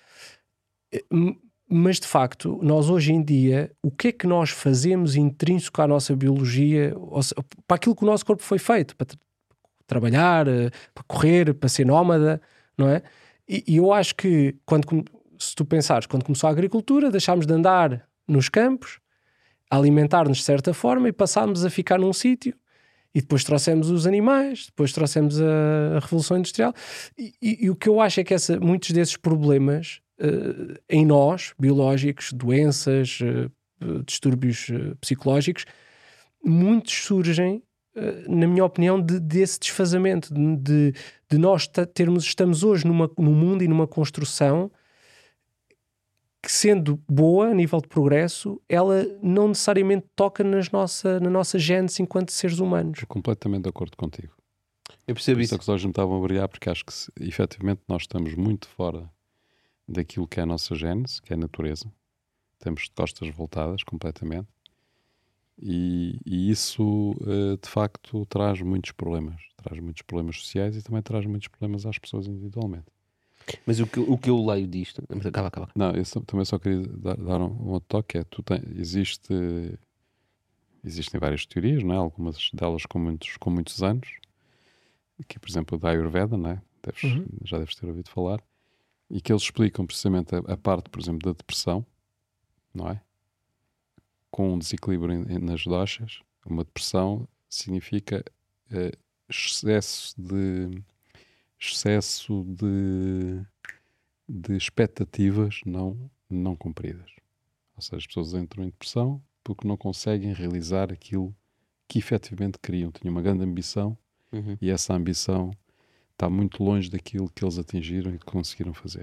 B: Mas de facto, nós hoje em dia, o que é que nós fazemos intrínseco à nossa biologia, ou seja, para aquilo que o nosso corpo foi feito, para tra- trabalhar, para correr, para ser nómada, não é? E, e eu acho que, quando, se tu pensares, quando começou a agricultura, deixámos de andar nos campos, a alimentar-nos de certa forma e passámos a ficar num sítio e depois trouxemos os animais, depois trouxemos a, a Revolução Industrial e, e, e o que eu acho é que essa, muitos desses problemas uh, em nós, biológicos, doenças, uh, distúrbios uh, psicológicos, muitos surgem, uh, na minha opinião, de, desse desfazamento, de, de, de nós termos, estamos hoje numa, num mundo e numa construção que, sendo boa a nível de progresso, ela não necessariamente toca nas nossa, na nossa gênese enquanto seres humanos.
C: Estou completamente de acordo contigo.
A: Eu percebo
C: Por
A: isso.
C: isso é que os olhos me estavam a brilhar, porque acho que se, efetivamente nós estamos muito fora daquilo que é a nossa gênese, que é a natureza. Estamos de costas voltadas completamente. E, e isso, uh, de facto, traz muitos problemas. Traz muitos problemas sociais e também traz muitos problemas às pessoas individualmente.
A: Mas o que, o que eu leio disto... Acaba, acaba.
C: Não, eu só- também só queria dar, dar um, um outro toque. É, tu tem, existe, existem várias teorias, não é? Algumas delas com muitos, com muitos anos. Que, por exemplo, da Ayurveda, não é? Deves,
B: Uhum.
C: já deves ter ouvido falar. E que eles explicam precisamente a, a parte, por exemplo, da depressão, não é? Com um desequilíbrio em- em- nas doshas. Uma depressão significa eh, excesso de excesso de, de expectativas não, não cumpridas. Ou seja, as pessoas entram em depressão porque não conseguem realizar aquilo que efetivamente queriam. Tinham uma grande ambição
A: Uhum.
C: e essa ambição está muito longe daquilo que eles atingiram e que conseguiram fazer.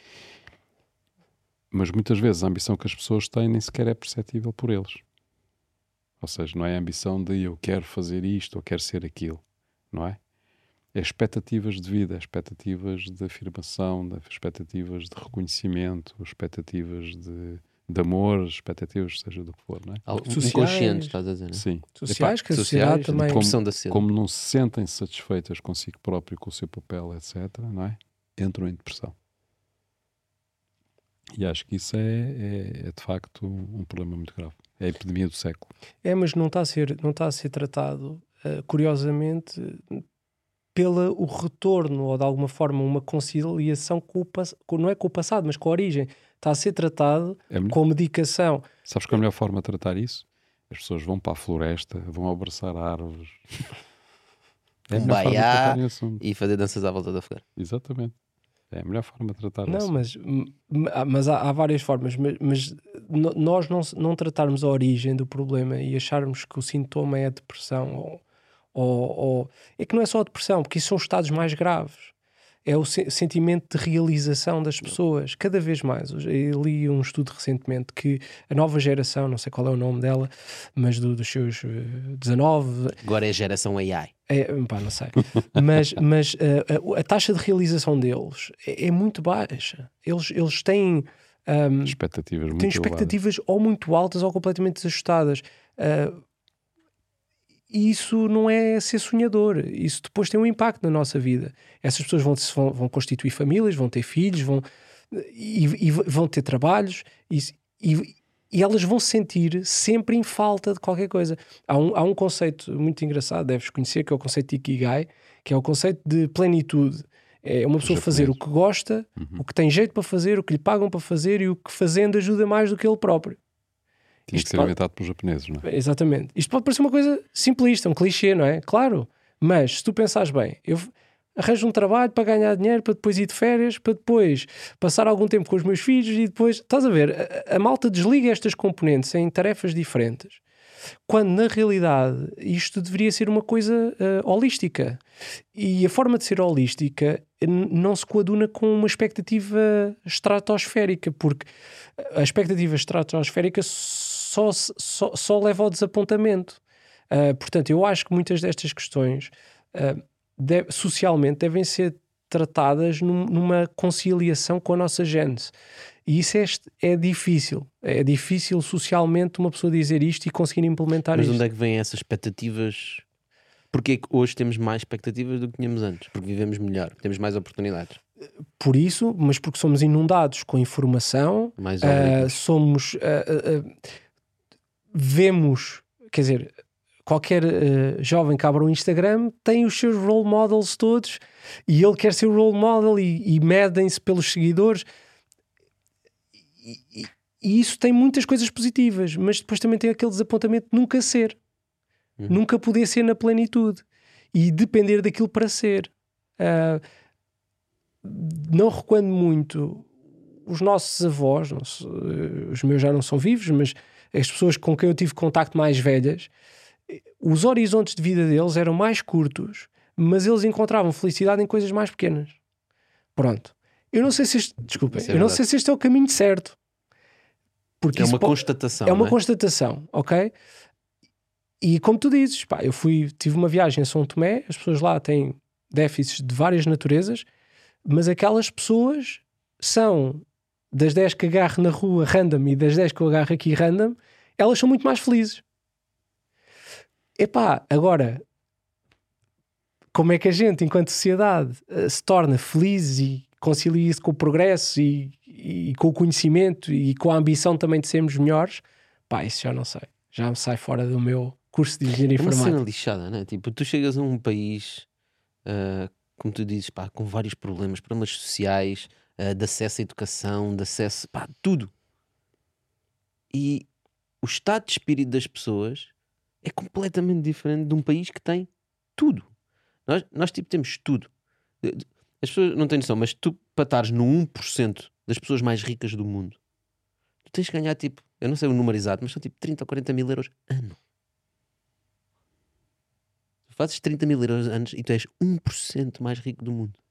C: Mas muitas vezes a ambição que as pessoas têm nem sequer é perceptível por eles. Ou seja, não é a ambição de eu quero fazer isto ou quero ser aquilo, não é? É expectativas de vida, expectativas de afirmação, de expectativas de reconhecimento, expectativas de, de amor, expectativas seja do que for, não é?
A: Algo
B: Sociais.
A: inconsciente, estás a dizer, não é?
C: Sim.
B: Sociais, que a
A: sociais,
B: sociedade também...
A: de pressão da sociedade.
C: Como não se sentem satisfeitas consigo próprio, com o seu papel, etcétera, não é? Entram em depressão. E acho que isso é, é, é de facto um problema muito grave. É a epidemia do século.
B: É, mas não está a ser, não está a ser tratado, uh, curiosamente, pelo o retorno ou de alguma forma uma conciliação com o pass- com, não é com o passado, mas com a origem. Está a ser tratado
C: É melhor-
B: com medicação.
C: Sabes qual é a melhor forma de tratar isso? As pessoas vão para a floresta, vão abraçar árvores. É a melhor forma de
A: Kumbaya
C: tratar em assunto.
A: e fazer danças à volta da fogueira.
C: Exatamente. É a melhor forma de tratar o
B: Não,
C: assunto.
B: mas, m- mas há, há várias formas, mas, mas no- nós não, não tratarmos a origem do problema e acharmos que o sintoma é a depressão, ou, ou, ou- é que não é só a depressão, porque isso são os estados mais graves. É o se- sentimento de realização das pessoas, cada vez mais. Eu li um estudo recentemente que a nova geração, não sei qual é o nome dela, mas do- dos seus eh, dezanove,
A: Agora é a geração A I.
B: é, pá, não sei. Mas, mas uh, a, a taxa de realização deles é, é muito baixa. Eles, eles têm, um,
C: Expectativas muito
B: têm
C: elevadas.
B: expectativas ou muito altas ou completamente desajustadas. Uh, e isso não é ser sonhador. Isso depois tem um impacto na nossa vida. Essas pessoas vão, vão, vão constituir famílias, vão ter filhos, vão, e, e vão ter trabalhos e, e, e elas vão se sentir sempre em falta de qualquer coisa. Há um, há um conceito muito engraçado, deves conhecer, que é o conceito de Ikigai, que é o conceito de plenitude. É uma pessoa
C: Japonês.
B: fazer o que gosta,
C: Uhum.
B: o que tem jeito para fazer, o que lhe pagam para fazer e o que fazendo ajuda mais do que ele próprio.
C: Tinha
B: Isto
C: que ser
B: pode-
C: inventado pelos japoneses, não é?
B: Exatamente. Isto pode parecer uma coisa simplista, um clichê, não é? Claro. Mas se tu pensares bem, eu arranjo um trabalho para ganhar dinheiro, para depois ir de férias, para depois passar algum tempo com os meus filhos e depois... Estás a ver? A, a malta desliga estas componentes em tarefas diferentes, quando na realidade isto deveria ser uma coisa uh, holística. E a forma de ser holística n- não se coaduna com uma expectativa estratosférica, porque a expectativa estratosférica só, se- só, só leva ao desapontamento. Uh, portanto, eu acho que muitas destas questões uh, deve- socialmente devem ser tratadas num- numa conciliação com a nossa gênese. E isso é, est- é difícil. É difícil socialmente uma pessoa dizer isto e conseguir implementar
A: Mas de
B: isto.
A: onde é que vêm essas expectativas? Porque é que hoje temos mais expectativas do que tínhamos antes? Porque vivemos melhor, temos mais oportunidades.
B: Por isso, mas porque somos inundados com informação,
A: Mais
B: ah,
A: algoritmos.
B: somos... ah, ah, ah, vemos... Quer dizer, qualquer ah, jovem que abra o Instagram tem os seus role models todos e ele quer ser o role model e, e medem-se pelos seguidores. E, e- e isso tem muitas coisas positivas, mas depois também tem aquele desapontamento de nunca ser.
A: Uhum.
B: Nunca poder ser na plenitude. E depender daquilo para ser. Ah, não recuando muito, os nossos avós, não se- os meus já não são vivos, mas as pessoas com quem eu tive contacto mais velhas, os horizontes de vida deles eram mais curtos, mas eles encontravam felicidade em coisas mais pequenas. Pronto. Eu não sei se este, desculpem,
A: Isso é
B: eu não
A: verdade.
B: sei se este é o caminho certo. Porque
A: É
B: isso
A: uma
B: po-
A: constatação.
B: é uma
A: não é?
B: constatação, ok? E como tu dizes, pá, eu fui, tive uma viagem a São Tomé, as pessoas lá têm déficits de várias naturezas, mas aquelas pessoas são das dez que agarro na rua random e das dez que eu agarro aqui random, elas são muito mais felizes. Epá, agora, como é que a gente, enquanto sociedade, eh, se torna feliz e concilia isso com o progresso e, e com o conhecimento e com a ambição também de sermos melhores? Pá, isso já não sei. Já me sai fora do meu curso de engenharia
A: É uma cena
B: informática.
A: lixada, né? Tipo, tu chegas a um país, ah, como tu dizes, pá, com vários problemas, problemas sociais, ah, de acesso à educação, de acesso, pá, tudo. E o estado de espírito das pessoas é completamente diferente de um país que tem tudo. Nós, nós tipo, temos tudo. De- de- As pessoas não têm noção, mas tu, para estares no um por cento das pessoas mais ricas do mundo, tu tens que ganhar, tipo, eu não sei o número exato, mas são tipo trinta ou quarenta mil euros ano. Tu fazes trinta mil euros anos e tu és um por cento mais rico do mundo.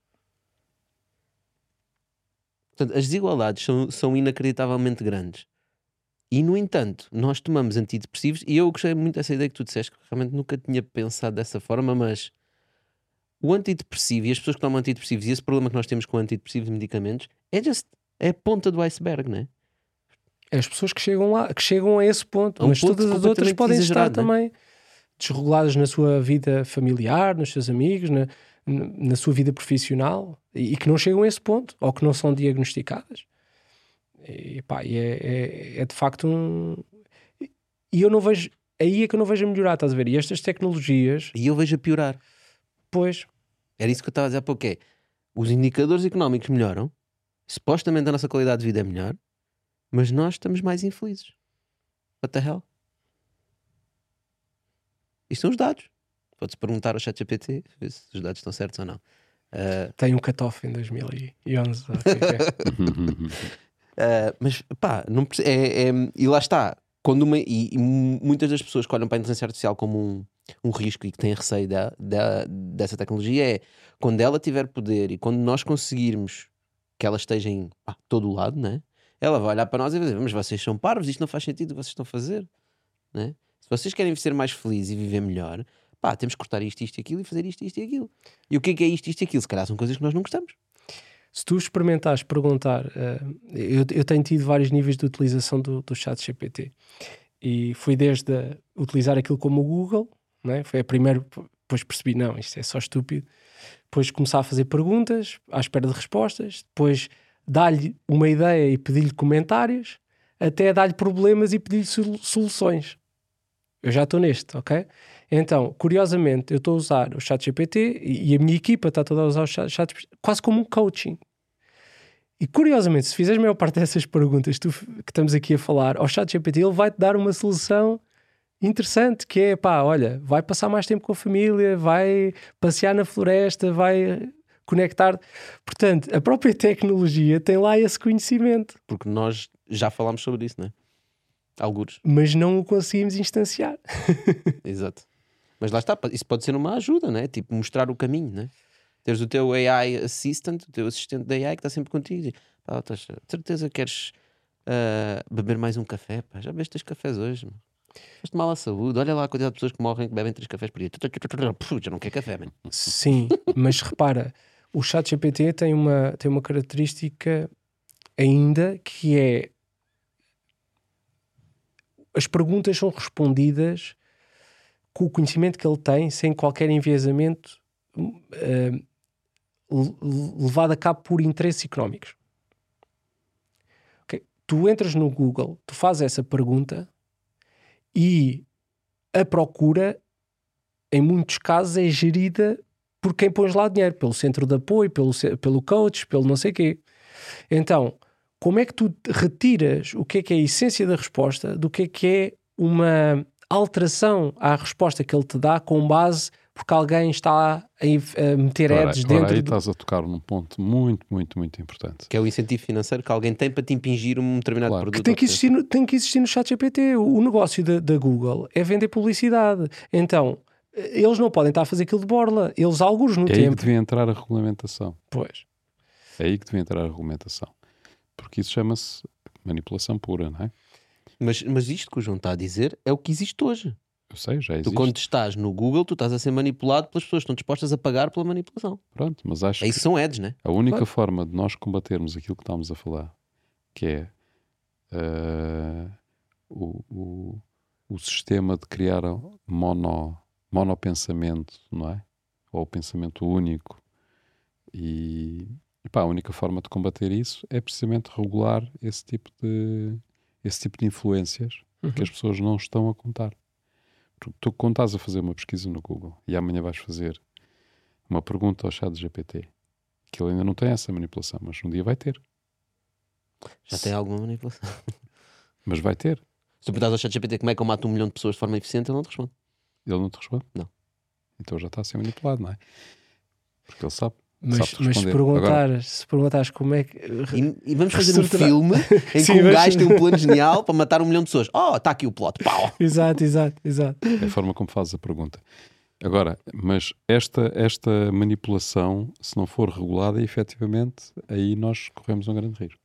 A: Portanto, as desigualdades são, são inacreditavelmente grandes. E, no entanto, nós tomamos antidepressivos, e eu gostei muito dessa ideia que tu disseste, que realmente nunca tinha pensado dessa forma, mas o antidepressivo e as pessoas que tomam antidepressivos e esse problema que nós temos com antidepressivos e medicamentos é, just, é a ponta do iceberg, não é?
B: É as pessoas que chegam lá, que chegam a esse ponto,
A: A um
B: mas
A: ponto
B: todas as outras
A: completamente
B: podem estar
A: exagerado, não é?
B: também desreguladas na sua vida familiar, nos seus amigos, na, na na sua vida profissional e, e que não chegam a esse ponto ou que não são diagnosticadas. E, pá, e é, é, é de facto um. E eu não vejo. Aí é que eu não vejo a melhorar, estás a ver? E estas tecnologias,
A: E eu vejo a piorar.
B: pois,
A: Era isso que eu estava a dizer há pouco, é, os indicadores económicos melhoram, supostamente a nossa qualidade de vida é melhor, mas nós estamos mais infelizes. What the hell? Isto são os dados. podes perguntar ao ChatGPT ver se os dados estão certos ou não. Uh,
B: Tem um cutoff em dois mil e onze. Okay.
A: uh, mas pá, não, é, é, e lá está. Quando uma, e, e muitas das pessoas que olham para a inteligência artificial como um, um risco e que têm receio da, da, dessa tecnologia, é quando ela tiver poder e quando nós conseguirmos que ela esteja em pá, todo o lado, né? Ela vai olhar para nós e vai dizer: mas vocês são parvos, isto não faz sentido o que vocês estão a fazer, né? Se vocês querem ser mais felizes e viver melhor, pá, temos que cortar isto, isto e aquilo e fazer isto, isto e aquilo. E o que é que é isto, isto e aquilo? Se calhar são coisas que nós não gostamos.
B: Se tu experimentares perguntar, uh, eu, eu tenho tido vários níveis de utilização do, do chat G P T e fui desde a utilizar aquilo como o Google, né? Foi a primeira, depois percebi, não, isto é só estúpido. Depois começar a fazer perguntas à espera de respostas, depois dar-lhe uma ideia e pedir-lhe comentários, até dar-lhe problemas e pedir-lhe soluções. Eu já estou neste, ok? Então, curiosamente, eu estou a usar o ChatGPT e a minha equipa está toda a usar o ChatGPT quase como um coaching. E curiosamente, se fizeres a maior parte dessas perguntas tu, que estamos aqui a falar ao ChatGPT, ele vai-te dar uma solução interessante, que é, pá, olha, vai passar mais tempo com a família, vai passear na floresta, vai conectar. Portanto, a própria tecnologia tem lá esse conhecimento.
A: Porque nós já falámos sobre isso, não é? Algures.
B: Mas não o conseguimos instanciar.
A: Exato. Mas lá está, isso pode ser uma ajuda, né? Tipo, mostrar o caminho, né? Teres o teu A I assistant, o teu assistente de A I que está sempre contigo e pá, estás, de certeza queres uh, beber mais um café, pá, já bebeste três cafés hoje, mano. Faz-te mal à saúde, olha lá a quantidade de pessoas que morrem que bebem três cafés por dia. Já não quer café, mano.
B: Sim, mas repara, o ChatGPT tem uma, tem uma característica ainda que é as perguntas são respondidas com o conhecimento que ele tem, sem qualquer enviesamento uh, levado a cabo por interesses económicos. Okay? Tu entras no Google, tu fazes essa pergunta e a procura, em muitos casos, é gerida por quem pões lá dinheiro, pelo centro de apoio, pelo, pelo coach, pelo não sei quê. Então, como é que tu retiras o que é que é a essência da resposta do que é que é uma alteração à resposta que ele te dá com base porque alguém está a meter
C: ora,
B: ads
C: ora
B: dentro...
C: aí
B: do...
C: estás a tocar num ponto muito, muito, muito importante.
A: Que é o incentivo financeiro que alguém tem para te impingir um determinado
C: Claro.
A: produto.
B: Que tem que existir no, tem que existir no ChatGPT. O, o negócio da, da Google é vender publicidade. Então, eles não podem estar a fazer aquilo de borla. Eles, alguns no
C: é
B: tempo...
C: aí que devia entrar a regulamentação.
B: Pois.
C: É aí que devia entrar a regulamentação. Porque isso chama-se manipulação pura, não é?
A: Mas, mas isto que o João está a dizer é o que existe hoje.
C: Eu sei, já existe.
A: Tu quando estás no Google, tu estás a ser manipulado pelas pessoas que estão dispostas a pagar pela manipulação.
C: Pronto, mas acho
A: É isso
C: que
A: são ads, né?
C: a única
B: Claro.
C: forma de nós combatermos aquilo que estamos a falar, que é uh, o, o, o sistema de criar mono, monopensamento, não é? Ou pensamento único. E, e pá, a única forma de combater isso é precisamente regular esse tipo de, esse tipo de influências
B: Uhum.
C: que as pessoas não estão a contar. Porque tu, quando estás a fazer uma pesquisa no Google e amanhã vais fazer uma pergunta ao chat G P T, que ele ainda não tem essa manipulação, mas um dia vai ter.
A: Já tem alguma manipulação.
C: Mas vai ter.
A: Se tu perguntas ao ChatGPT como é que eu mato um milhão de pessoas de forma eficiente, ele não te responde.
C: Ele não te responde?
A: Não.
C: Então já está a ser manipulado, não é? Porque ele sabe.
B: Mas,
C: sabe
B: mas se,
C: responder.
B: perguntares,
C: Agora,
B: se perguntares como é que...
A: E, e vamos fazer um
B: Reestruturar.
A: filme em
B: Sim,
A: que um
B: mas-
A: gajo tem um plano genial para matar um milhão de pessoas. Oh, está aqui o plot. Pau!
B: Exato, exato, exato.
C: é a forma como fazes a pergunta. Agora, mas esta, esta manipulação, se não for regulada, efetivamente, aí nós corremos um grande risco.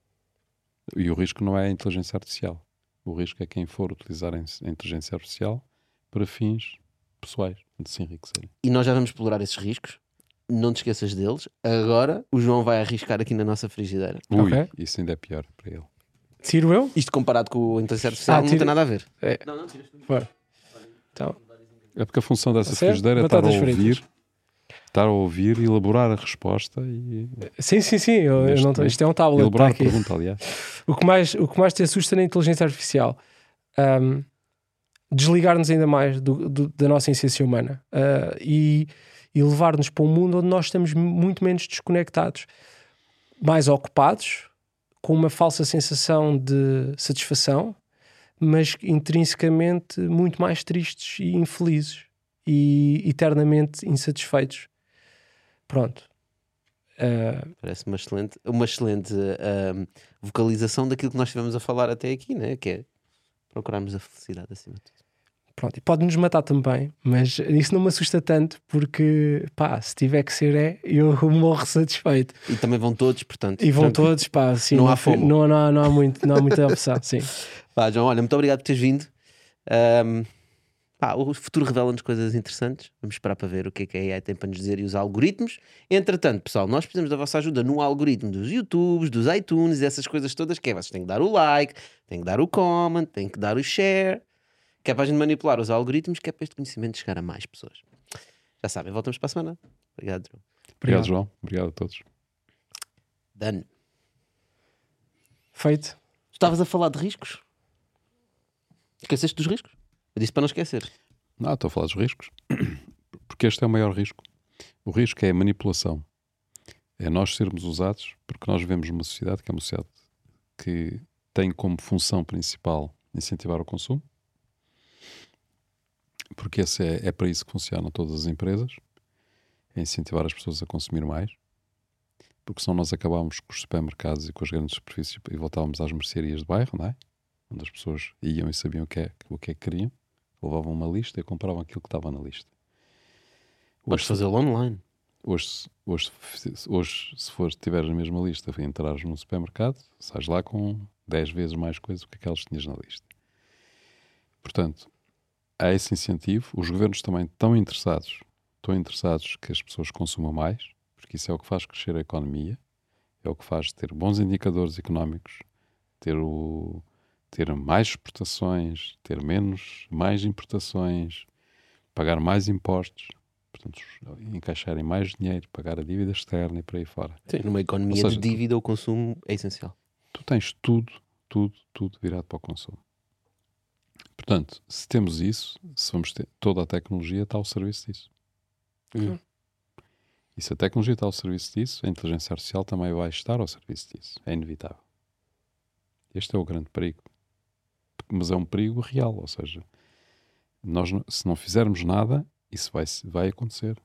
C: E o risco não é a inteligência artificial. O risco é quem for utilizar a inteligência artificial para fins pessoais, de se enriquecerem.
A: E nós já vamos explorar esses riscos. Não te esqueças deles. Agora o João vai arriscar aqui na nossa frigideira.
C: Ui,
B: Ok.
C: isso ainda é pior para ele.
B: Tiro eu?
A: Isto comparado com a inteligência artificial
B: Ah,
A: não
B: tira-
A: tem nada a ver.
B: É.
A: Não, não tiras tudo.
B: Bora. Então,
C: É porque a função dessa
B: Certo?
C: frigideira é estar a
B: Batatas
C: ouvir,
B: fritas.
C: estar a ouvir, elaborar a resposta e,
B: sim, sim, sim. Eu, eu
C: Neste
B: não tô-
C: momento.
B: isto é um
C: e
B: tablet.
C: elaborar
B: Está
C: a
B: aqui.
C: pergunta, aliás.
B: O que mais, o que mais te assusta na inteligência artificial? Ahm, desligar-nos ainda mais do, do- da nossa essência humana ah, e, e levar-nos para um mundo onde nós estamos muito menos desconectados, mais ocupados, com uma falsa sensação de satisfação, mas intrinsecamente muito mais tristes e infelizes. e eternamente insatisfeitos. Pronto. Uh,
A: Parece uma excelente, uma excelente uh, vocalização daquilo que nós estivemos a falar até aqui, né? Que é procurarmos a felicidade acima de tudo.
B: Pronto, e pode-nos matar também, mas isso não me assusta tanto, porque pá, se tiver que ser é, eu morro satisfeito.
A: E também vão todos, portanto.
B: E vão
A: portanto,
B: todos, pá, sim,
A: não
B: não
A: há fomo.
B: Não, não, não, há muito, não há muita opção, sim.
A: Pá, João, olha, muito obrigado por teres vindo. Um, pá, o futuro revela-nos coisas interessantes. Vamos esperar para ver o que é que a A I tem para nos dizer e os algoritmos. Entretanto, pessoal, nós precisamos da vossa ajuda no algoritmo dos YouTubes, dos iTunes e essas coisas todas, que é, vocês têm que dar o like, têm que dar o comment, têm que dar o share, que é para a gente manipular os algoritmos, que é para este conhecimento chegar a mais pessoas. Já sabem, voltamos para a semana. Obrigado, João.
C: Obrigado, Obrigado João. Obrigado a todos.
A: Dano.
B: Feito.
A: Estavas a falar de riscos? Esqueceste dos riscos? Eu disse para não esquecer.
C: Não, estou a falar dos riscos. Porque este é o maior risco. O risco é a manipulação. É nós sermos usados, porque nós vivemos numa sociedade que é uma sociedade que tem como função principal incentivar o consumo. Porque esse é, é para isso que funcionam todas as empresas. É incentivar as pessoas a consumir mais. Porque senão nós acabávamos com os supermercados e com as grandes superfícies e voltávamos às mercearias de bairro, não é? Onde as pessoas iam e sabiam o que é, o que, é que queriam. Levavam uma lista e compravam aquilo que estava na lista.
A: Podes fazê-lo online.
C: Hoje, hoje, hoje, se for, tiveres a mesma lista e entrares num supermercado, sais lá com dez vezes mais coisas do que aquelas que tinhas na lista. Portanto, há esse incentivo. Os governos também estão interessados, estão interessados que as pessoas consumam mais, porque isso é o que faz crescer a economia, é o que faz ter bons indicadores económicos, ter, o, ter mais exportações, ter menos, mais importações, pagar mais impostos, portanto, encaixarem mais dinheiro, pagar a dívida externa e por aí fora.
A: Sim, numa economia seja, de dívida, tu, o consumo é essencial.
C: Tu tens tudo, tudo, tudo virado para o consumo. Portanto, se temos isso, se vamos ter, toda a tecnologia está ao serviço disso.
A: Hum.
C: E se a tecnologia está ao serviço disso, a inteligência artificial também vai estar ao serviço disso. É inevitável. Este é o grande perigo. Mas é um perigo real, ou seja, nós, se não fizermos nada, isso vai, vai acontecer.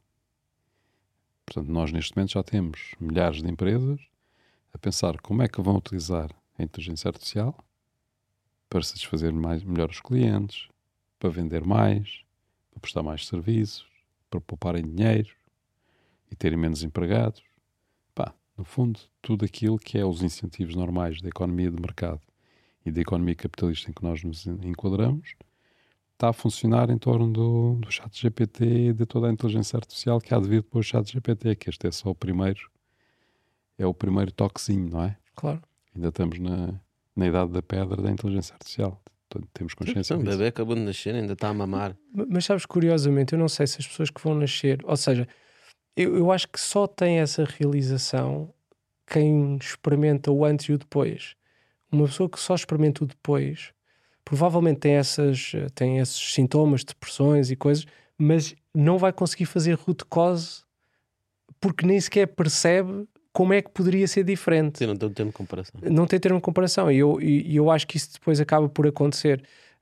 C: Portanto, nós neste momento já temos milhares de empresas a pensar como é que vão utilizar a inteligência artificial para satisfazer mais, melhor os clientes, para vender mais, para prestar mais serviços, para pouparem dinheiro e terem menos empregados. Pá, no fundo, tudo aquilo que é os incentivos normais da economia de mercado e da economia capitalista em que nós nos enquadramos está a funcionar em torno do, do chat G P T e de toda a inteligência artificial que há de vir depois do chat G P T, que este é só o primeiro, é o primeiro toquezinho, não é?
B: Claro.
C: Ainda estamos na, na idade da pedra da inteligência artificial. Temos consciência
A: disso.
C: O
A: bebê acabou de nascer, ainda está a mamar.
B: Mas sabes, curiosamente, eu não sei se as pessoas que vão nascer, ou seja, eu, eu acho que só tem essa realização quem experimenta o antes e o depois. Uma pessoa que só experimenta o depois provavelmente tem, essas, tem esses sintomas, depressões e coisas, mas não vai conseguir fazer root cause porque nem sequer percebe como é que poderia ser diferente.
A: Sim, não tem termo de comparação.
B: Não tem termo de comparação. E eu, e, eu acho que isso depois acaba por acontecer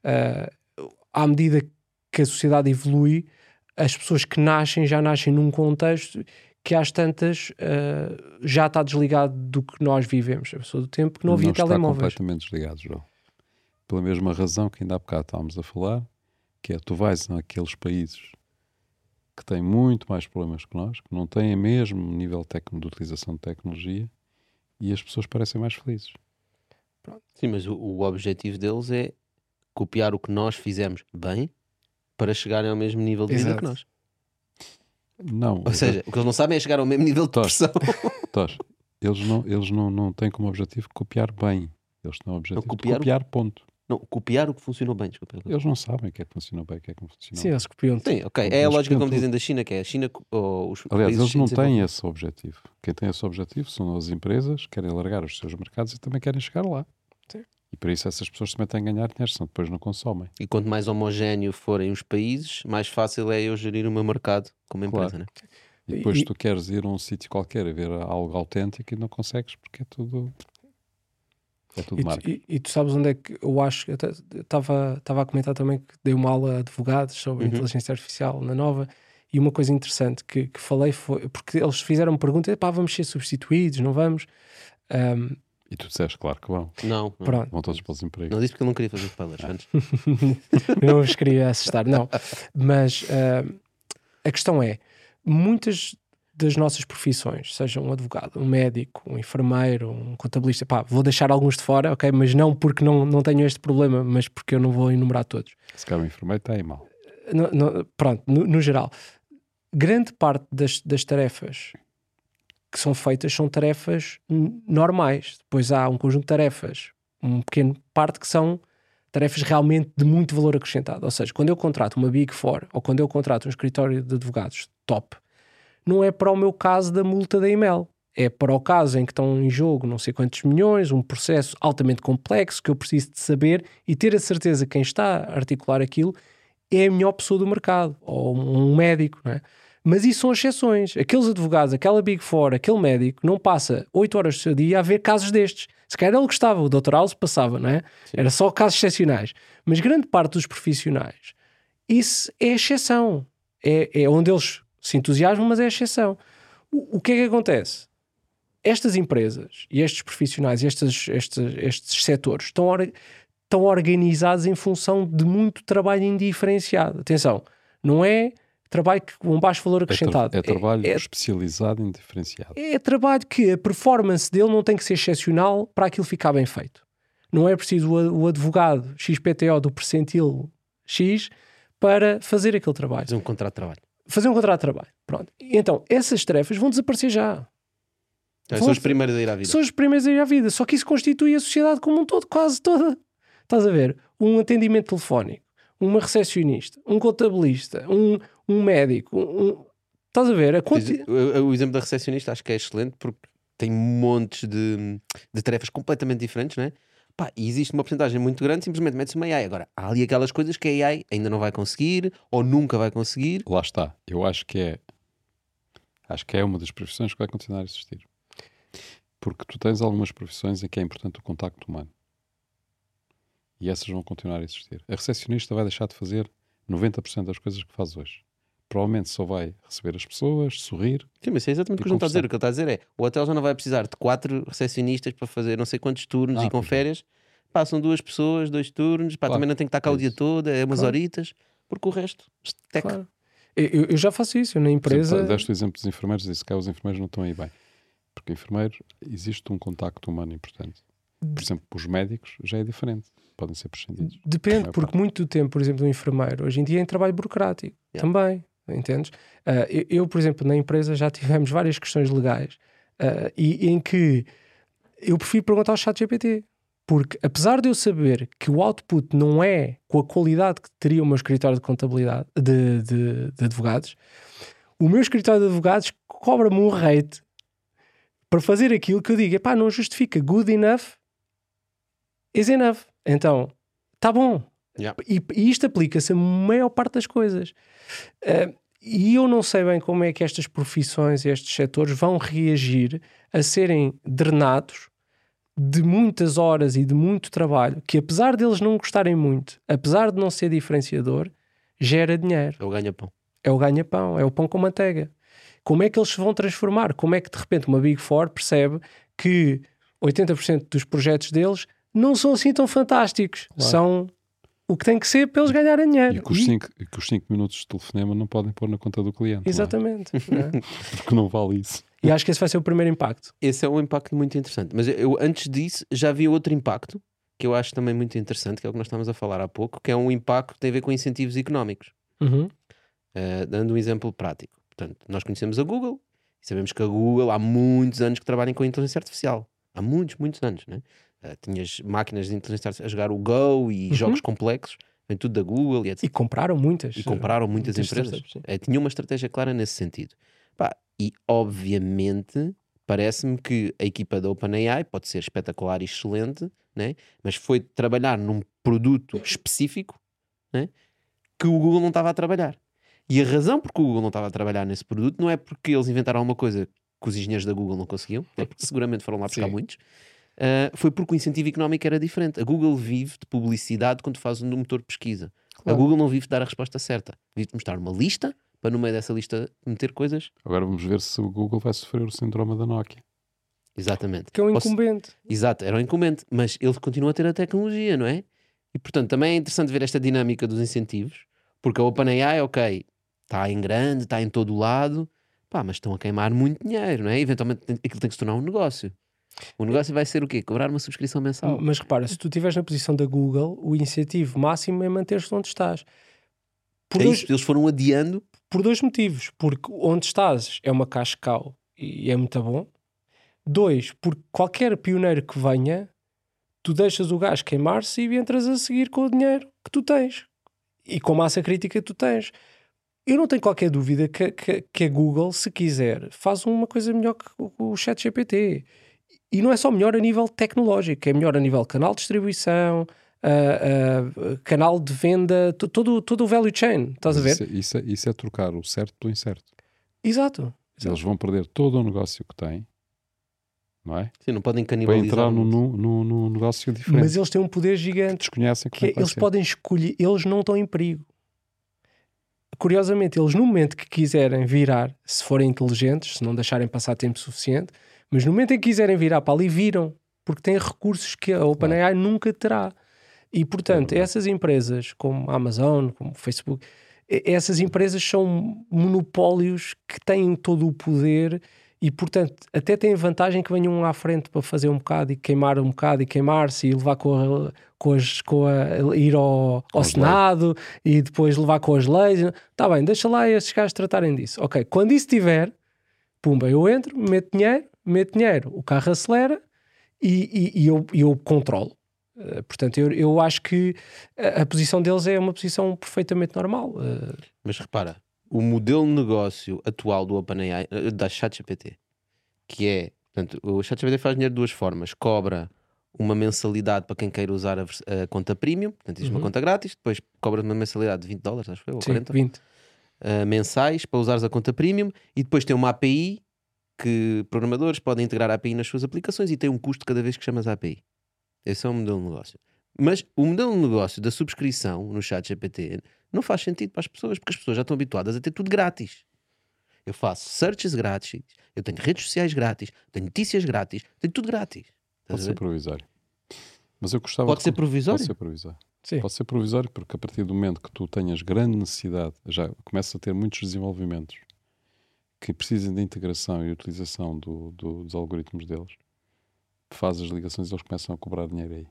B: uh, à medida que a sociedade evolui. As pessoas que nascem já nascem num contexto que às tantas uh, já está desligado do que nós vivemos. A pessoa do tempo que não havia
C: não
B: telemóveis.
C: Está completamente desligado, João. Pela mesma razão que ainda há bocado estávamos a falar, que é, tu vais naqueles países que têm muito mais problemas que nós, que não têm o mesmo nível de utilização de tecnologia, e as pessoas parecem mais felizes.
A: Pronto. Sim, mas o, o objetivo deles é copiar o que nós fizemos bem para chegarem ao mesmo nível de vida
B: Exato.
A: que nós.
C: Não.
A: Ou seja, o que eles não sabem é chegar ao mesmo nível de depressão.
C: Tos, eles não, eles não, não têm como objetivo copiar bem. Eles têm o objetivo não, copiar de copiar, o... ponto.
A: Não, copiar o que funcionou bem, desculpa.
C: Eles não sabem o que é que funcionou bem, o que é que não funcionou
B: Sim,
C: bem.
B: eles copiam.
A: Sim, ok.
C: Eles
A: é a lógica, como
C: tudo.
A: dizem da China, que é a China ou os
C: Aliás,
A: países
C: eles não têm esse objetivo. Quem tem esse objetivo são as empresas que querem alargar os seus mercados e também querem chegar lá.
B: Sim.
C: E por isso essas pessoas também têm a ganhar dinheiro, senão depois não consomem.
A: E quanto mais homogéneo forem os países, mais fácil é eu gerir o meu mercado como empresa,
C: claro.
A: Né?
C: E depois
B: e...
C: tu queres ir a um sítio qualquer a ver algo autêntico e não consegues porque é tudo... É tudo
B: E tu,
C: marca.
B: e, e tu sabes onde é que eu acho, eu estava a comentar também que dei uma aula a advogados sobre
A: Uhum.
B: inteligência artificial na Nova, e uma coisa interessante que, que falei foi, porque eles fizeram uma pergunta, pá, vamos ser substituídos, não vamos? Um,
C: E tu disseste, claro que vão.
A: Não, não.
B: pronto,
C: Vão todos para o desemprego.
A: Não disse porque eu não queria fazer spoilers antes.
B: eu não vos queria assustar, não. Mas uh, a questão é, muitas das nossas profissões, seja um advogado, um médico, um enfermeiro, um contabilista, pá, vou deixar alguns de fora, ok, mas não porque não, não tenho este problema, mas porque eu não vou enumerar todos.
C: Se calhar o enfermeiro está aí mal.
B: No, no, pronto, no, no geral, grande parte das, das tarefas que são feitas são tarefas n- normais. Depois há um conjunto de tarefas, um pequeno parte que são tarefas realmente de muito valor acrescentado. Ou seja, quando eu contrato uma Big Four ou quando eu contrato um escritório de advogados top, não é para o meu caso da multa da E-mail. É para o caso em que estão em jogo não sei quantos milhões, um processo altamente complexo que eu preciso de saber e ter a certeza que quem está a articular aquilo é a melhor pessoa do mercado, ou um médico, não é? Mas isso são exceções. Aqueles advogados, aquela Big Four, aquele médico, não passa oito horas do seu dia a ver casos destes. Se calhar ele gostava, o doutor House passava, não é?
A: Sim.
B: Era só casos excepcionais. Mas grande parte dos profissionais, isso é exceção. É, é onde eles se entusiasmam, mas é exceção. O, o que é que acontece? Estas empresas e estes profissionais, estes, estes, estes setores, estão, or, estão organizados em função de muito trabalho indiferenciado. Atenção, não é trabalho com baixo valor acrescentado.
C: É, tra é trabalho
B: é, é,
C: especializado e diferenciado.
B: É trabalho que a performance dele não tem que ser excepcional para aquilo ficar bem feito. Não é preciso o, o advogado X P T O do percentil X para fazer aquele trabalho.
A: Fazer um contrato de trabalho.
B: Fazer um contrato de trabalho. Pronto. Então, essas tarefas vão desaparecer já.
A: Então,
B: Vão
A: são os primeiros a ir à vida.
B: São os primeiros a ir à vida. Só que isso constitui a sociedade como um todo, quase toda. Estás a ver? Um atendimento telefónico, uma recepcionista, um contabilista, um, um médico, um... estás a ver? A quanti...
A: O, o exemplo da recepcionista acho que é excelente porque tem montes de, de tarefas completamente diferentes, não é? Pá, e existe uma porcentagem muito grande, simplesmente mete-se uma A I. Agora, há ali aquelas coisas que a A I ainda não vai conseguir ou nunca vai conseguir.
C: Lá está. Eu acho que é acho que é uma das profissões que vai continuar a existir. Porque tu tens algumas profissões em que é importante o contacto humano. E essas vão continuar a existir. A recepcionista vai deixar de fazer noventa por cento das coisas que faz hoje. Provavelmente só vai receber as pessoas, sorrir.
A: Sim, mas é exatamente o que o João está a dizer. O que ele está a dizer é, o hotel já não vai precisar de quatro recepcionistas para fazer não sei quantos turnos
C: Ah,
A: e com
C: pois é.
A: férias. Passam duas pessoas, dois turnos, pá,
C: Claro,
A: também não tem que estar cá
C: é
A: o dia
C: isso.
A: todo, é umas
B: Claro.
A: horitas, porque o resto, tec.
B: Claro. Eu, eu já faço isso. Eu na
C: Por
B: empresa...
C: exemplo, deste o exemplo dos enfermeiros e disse que cá os enfermeiros não estão aí bem. Porque o enfermeiro, existe um contacto humano importante. Por exemplo, os médicos já é diferente. Podem ser prescindidos.
B: Depende,
C: maior
B: porque
C: parte.
B: muito do tempo, por exemplo, do enfermeiro, hoje em dia é em trabalho burocrático.
A: Yeah.
B: Também, entendes? Uh, eu, eu, por exemplo, na empresa já tivemos várias questões legais uh, e em que eu prefiro perguntar ao chat G P T. Porque apesar de eu saber que o output não é com a qualidade que teria o meu escritório de contabilidade, de, de, de advogados, o meu escritório de advogados cobra-me um rate para fazer aquilo que eu digo, epá, não justifica, good enough is enough. Então, tá bom.
A: Yeah.
B: E, e isto aplica-se a maior parte das coisas. Uh, e eu não sei bem como é que estas profissões e estes setores vão reagir a serem drenados de muitas horas e de muito trabalho, que apesar deles não gostarem muito, apesar de não ser diferenciador, gera dinheiro.
A: É o ganha-pão.
B: É o ganha-pão, é o pão com manteiga. Como é que eles se vão transformar? Como é que de repente uma Big Four percebe que oitenta por cento dos projetos deles não são assim tão fantásticos?
C: Claro.
B: São o que tem que ser para eles ganharem dinheiro.
C: E que os cinco, e que os cinco minutos de telefonema não podem pôr na conta do cliente.
B: Exatamente. Não é?
C: Porque não vale isso.
B: E acho que esse vai ser o primeiro impacto.
A: Esse é um impacto muito interessante. Mas eu, antes disso, já vi outro impacto que eu acho também muito interessante, que é o que nós estávamos a falar há pouco, que é um impacto que tem a ver com incentivos económicos.
B: Uhum.
A: Uh, dando um exemplo prático. Portanto, nós conhecemos a Google e sabemos que a Google há muitos anos que trabalha com inteligência artificial. Há muitos, muitos anos, né? Uh, tinhas máquinas de inteligência artificial a jogar o Go e
B: Uhum.
A: jogos complexos, vem tudo da Google e
B: E
A: etcétera.
B: compraram muitas.
A: E compraram muitas,
B: muitas
A: empresas.
B: startups, sim.
A: Uh, tinha uma estratégia clara nesse sentido. Pá, e obviamente parece-me que a equipa da OpenAI pode ser espetacular e excelente, né? Mas foi trabalhar num produto específico, né? Que o Google não estava a trabalhar. E a razão porque o Google não estava a trabalhar nesse produto não é porque eles inventaram alguma coisa que os engenheiros da Google não conseguiam, é porque seguramente foram lá buscar
B: Sim.
A: muitos, uh, foi porque o incentivo económico era diferente. A Google vive de publicidade quando faz um motor de pesquisa.
B: Claro.
A: A Google não vive de dar a resposta certa. Vive de mostrar uma lista, para no meio dessa lista meter coisas.
C: Agora vamos ver se o Google vai sofrer o síndrome da Nokia.
A: Exatamente.
B: Que é um
A: Posso-
B: incumbente.
A: Exato, era um incumbente, mas ele continua a ter a tecnologia, não é? E portanto também é interessante ver esta dinâmica dos incentivos, porque a OpenAI, ok, está em grande, está em todo o lado, pá, mas estão a queimar muito dinheiro, não é? Eventualmente tem- aquilo tem que se tornar um negócio. O negócio vai ser o quê? Cobrar uma subscrição mensal.
B: Mas repara, se tu estiveres na posição da Google, o incentivo máximo é manter-te onde estás. Por
A: É
B: dois,
A: isso, eles foram adiando.
B: por dois motivos. Porque onde estás é uma cascal e é muito bom. Dois, porque qualquer pioneiro que venha, tu deixas o gás queimar-se e entras a seguir com o dinheiro que tu tens. E com a massa crítica que tu tens. Eu não tenho qualquer dúvida que, que, que a Google, se quiser, faz uma coisa melhor que o, o ChatGPT. E não é só melhor a nível tecnológico, é melhor a nível canal de distribuição, uh, uh, canal de venda, to- todo, todo o value chain. Estás a ver?
C: Isso, é- isso, é, isso é trocar o certo pelo incerto.
B: Exato. Exato.
C: Eles vão perder todo o negócio que têm, não é?
A: Sim, não podem
C: Para
A: canibalizar.
C: entrar
A: o
C: num
A: mundo.
C: num- num negócio diferente.
B: Mas eles têm um poder gigante.
C: Desconhecem como
B: Que
C: é que vai
B: eles
C: ser.
B: podem escolher, eles não estão em perigo. Curiosamente, eles no momento que quiserem virar, se forem inteligentes, se não deixarem passar tempo suficiente, mas no momento em que quiserem virar para ali, viram, porque têm recursos que a OpenAI nunca terá. E portanto,
C: É verdade.
B: essas empresas como a Amazon, como o Facebook, e- essas empresas são monopólios que têm todo o poder e portanto até têm vantagem que venham à frente para fazer um bocado e queimar um bocado e queimar-se e levar com a, com as, com a ir ao, ao
C: as
B: Senado e depois levar com as leis. Está bem, deixa lá esses gajos tratarem disso. Ok, quando isso tiver, pumba, eu entro, meto dinheiro, meto dinheiro, o carro acelera e, e, e eu, e eu controlo. Uh, portanto, eu, eu acho que a, a posição deles é uma posição perfeitamente normal. Uh,
A: Mas repara, o modelo de negócio atual do OpenAI, eh, da ChatGPT, que é, portanto, o ChatGPT faz dinheiro de duas formas. Cobra uma mensalidade para quem queira usar a, vers- a conta premium, portanto, existe uma
B: Uhum.
A: conta grátis, depois cobra uma mensalidade de vinte dólares, acho que foi, ou
B: sim,
A: quarenta,
B: vinte.
A: uh, mensais para usares a conta premium, e depois tem uma A P I que programadores podem integrar a API nas suas aplicações e tem um custo cada vez que chamas a API. Esse é o modelo de negócio. Mas o modelo de negócio da subscrição no ChatGPT não faz sentido para as pessoas, porque as pessoas já estão habituadas a ter tudo grátis. Eu faço searches grátis, eu tenho redes sociais grátis, tenho notícias grátis, tenho tudo grátis. Estás
C: Pode
A: a
C: ser
A: ver?
C: provisório. Mas eu gostava
A: Pode
C: de-
A: ser provisório?
C: Pode ser provisório.
B: Sim.
C: Pode ser provisório porque a partir do momento que tu tenhas grande necessidade, já começa a ter muitos desenvolvimentos que precisem de integração e utilização do, do- dos algoritmos deles, faz as ligações e eles começam a cobrar dinheiro aí.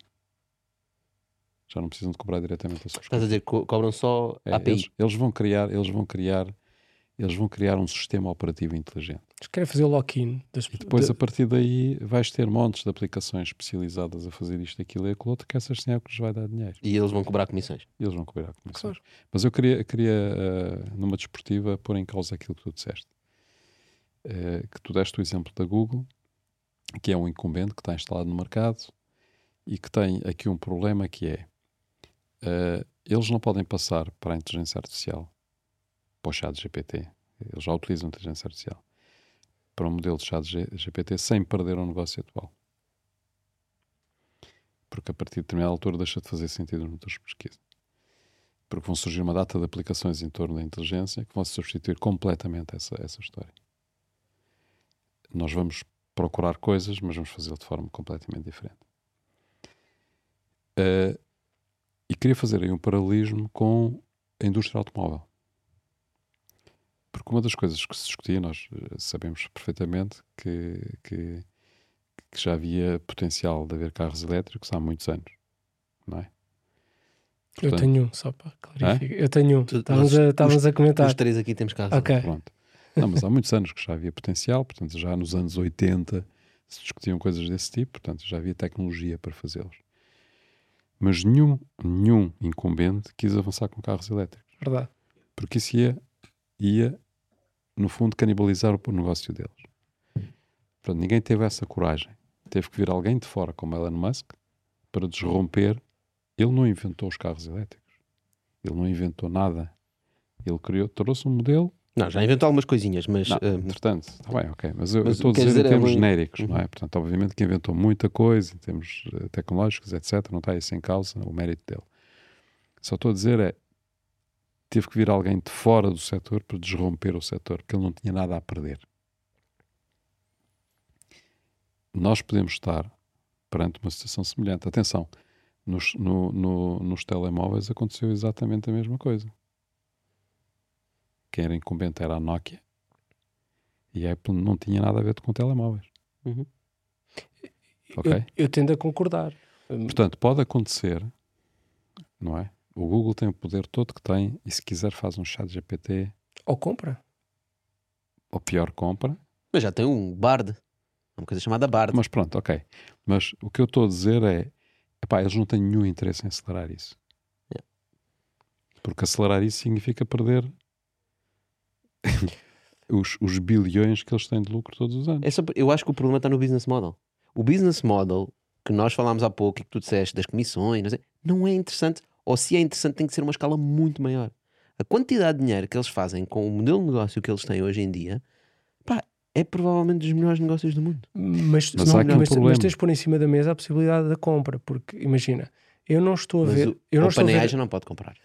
C: Já não precisam de cobrar diretamente a
A: Estás a
C: subscrição.
A: dizer que co- cobram só
C: É,
A: A P I.
C: eles, eles vão criar, eles vão criar, eles vão criar um sistema operativo inteligente.
B: Eles querem fazer o lock-in. Das,
C: E depois,
B: de-
C: a partir daí, vais ter montes de aplicações especializadas a fazer isto, aquilo e aquilo outro, que essas sim é o que lhes vai dar dinheiro.
A: E eles vão cobrar comissões.
C: E eles vão cobrar comissões.
B: Claro.
C: Mas eu queria, queria uh, numa desportiva, pôr em causa aquilo que tu disseste. Uh, que tu deste o exemplo da Google, que é um incumbente que está instalado no mercado e que tem aqui um problema que é uh, eles não podem passar para a inteligência artificial, para o chat G P T. Eles já utilizam a inteligência artificial para um modelo de chat G P T sem perder o negócio atual. Porque a partir de determinada altura deixa de fazer sentido nos motores de pesquisa. Porque vão surgir uma data de aplicações em torno da inteligência que vão substituir completamente essa, essa história. Nós vamos procurar coisas, mas vamos fazê-lo de forma completamente diferente. Uh, e queria fazer aí um paralelismo com a indústria automóvel. Porque uma das coisas que se discutia, nós sabemos perfeitamente que, que, que já havia potencial de haver carros elétricos há muitos anos, não é?
B: eu
C: Portanto,
B: tenho um, só para clarificar. Eu tenho um.
A: Tu-
B: Estávamos
A: nós-
B: a, estávamos a comentar.
A: Os três aqui temos carros.
B: Ok.
C: Pronto. Não, mas há muitos anos que já havia potencial, portanto, já nos anos oitenta se discutiam coisas desse tipo, portanto, já havia tecnologia para fazê-los. Mas nenhum, nenhum incumbente quis avançar com carros elétricos,
B: Verdade.
C: porque isso ia, ia no fundo, canibalizar o negócio deles. Portanto, ninguém teve essa coragem. Teve que vir alguém de fora, como Elon Musk, para desromper. Ele não inventou os carros elétricos. Ele não inventou nada. Ele criou, trouxe um modelo
A: Não, já inventou algumas coisinhas, mas...
C: Não,
A: uh,
C: entretanto, está bem, ok. Mas eu
A: Mas
C: estou a
A: quer
C: dizer,
A: dizer,
C: em
A: é
C: termos
A: uma-
C: genéricos, não é?
A: Uhum.
C: Portanto, obviamente que inventou muita coisa em termos eh, tecnológicos, etcétera. Não está isso em causa, o mérito dele. Só estou a dizer é, teve que vir alguém de fora do setor para desromper o setor, porque ele não tinha nada a perder. Nós podemos estar perante uma situação semelhante. Atenção, nos, no, no, nos telemóveis aconteceu exatamente a mesma coisa. Quem era incumbente era a Nokia e a Apple não tinha nada a ver com telemóveis.
A: Uhum.
C: Ok?
B: Eu, eu tendo a concordar. Hum,
C: Portanto, pode acontecer, não é? O Google tem o poder todo que tem e se quiser faz um chat G P T
B: Ou compra.
C: ou pior compra.
A: Mas já tem um Bard. Uma coisa chamada Bard.
C: Mas pronto, ok. Mas o que eu estou a dizer é, epá, eles não têm nenhum interesse em acelerar isso.
A: Yeah.
C: Porque acelerar isso significa perder os, os bilhões que eles têm de lucro todos os anos.
A: É só, eu acho que o problema está no business model. O business model que nós falámos há pouco e que tu disseste das comissões, não sei, não é interessante. Ou se é interessante, tem que ser uma escala muito maior. A quantidade de dinheiro que eles fazem com o modelo de negócio que eles têm hoje em dia, pá, é provavelmente dos melhores negócios do mundo.
B: Mas,
C: Mas
B: não,
C: há aqui um
B: mas,
C: problema.
B: mas tens de pôr em cima da mesa a possibilidade da compra. Porque, imagina, eu não estou a
A: Mas
B: ver...
A: o
B: eu não estou a
A: OpenAI
B: ver...
A: já não pode comprar.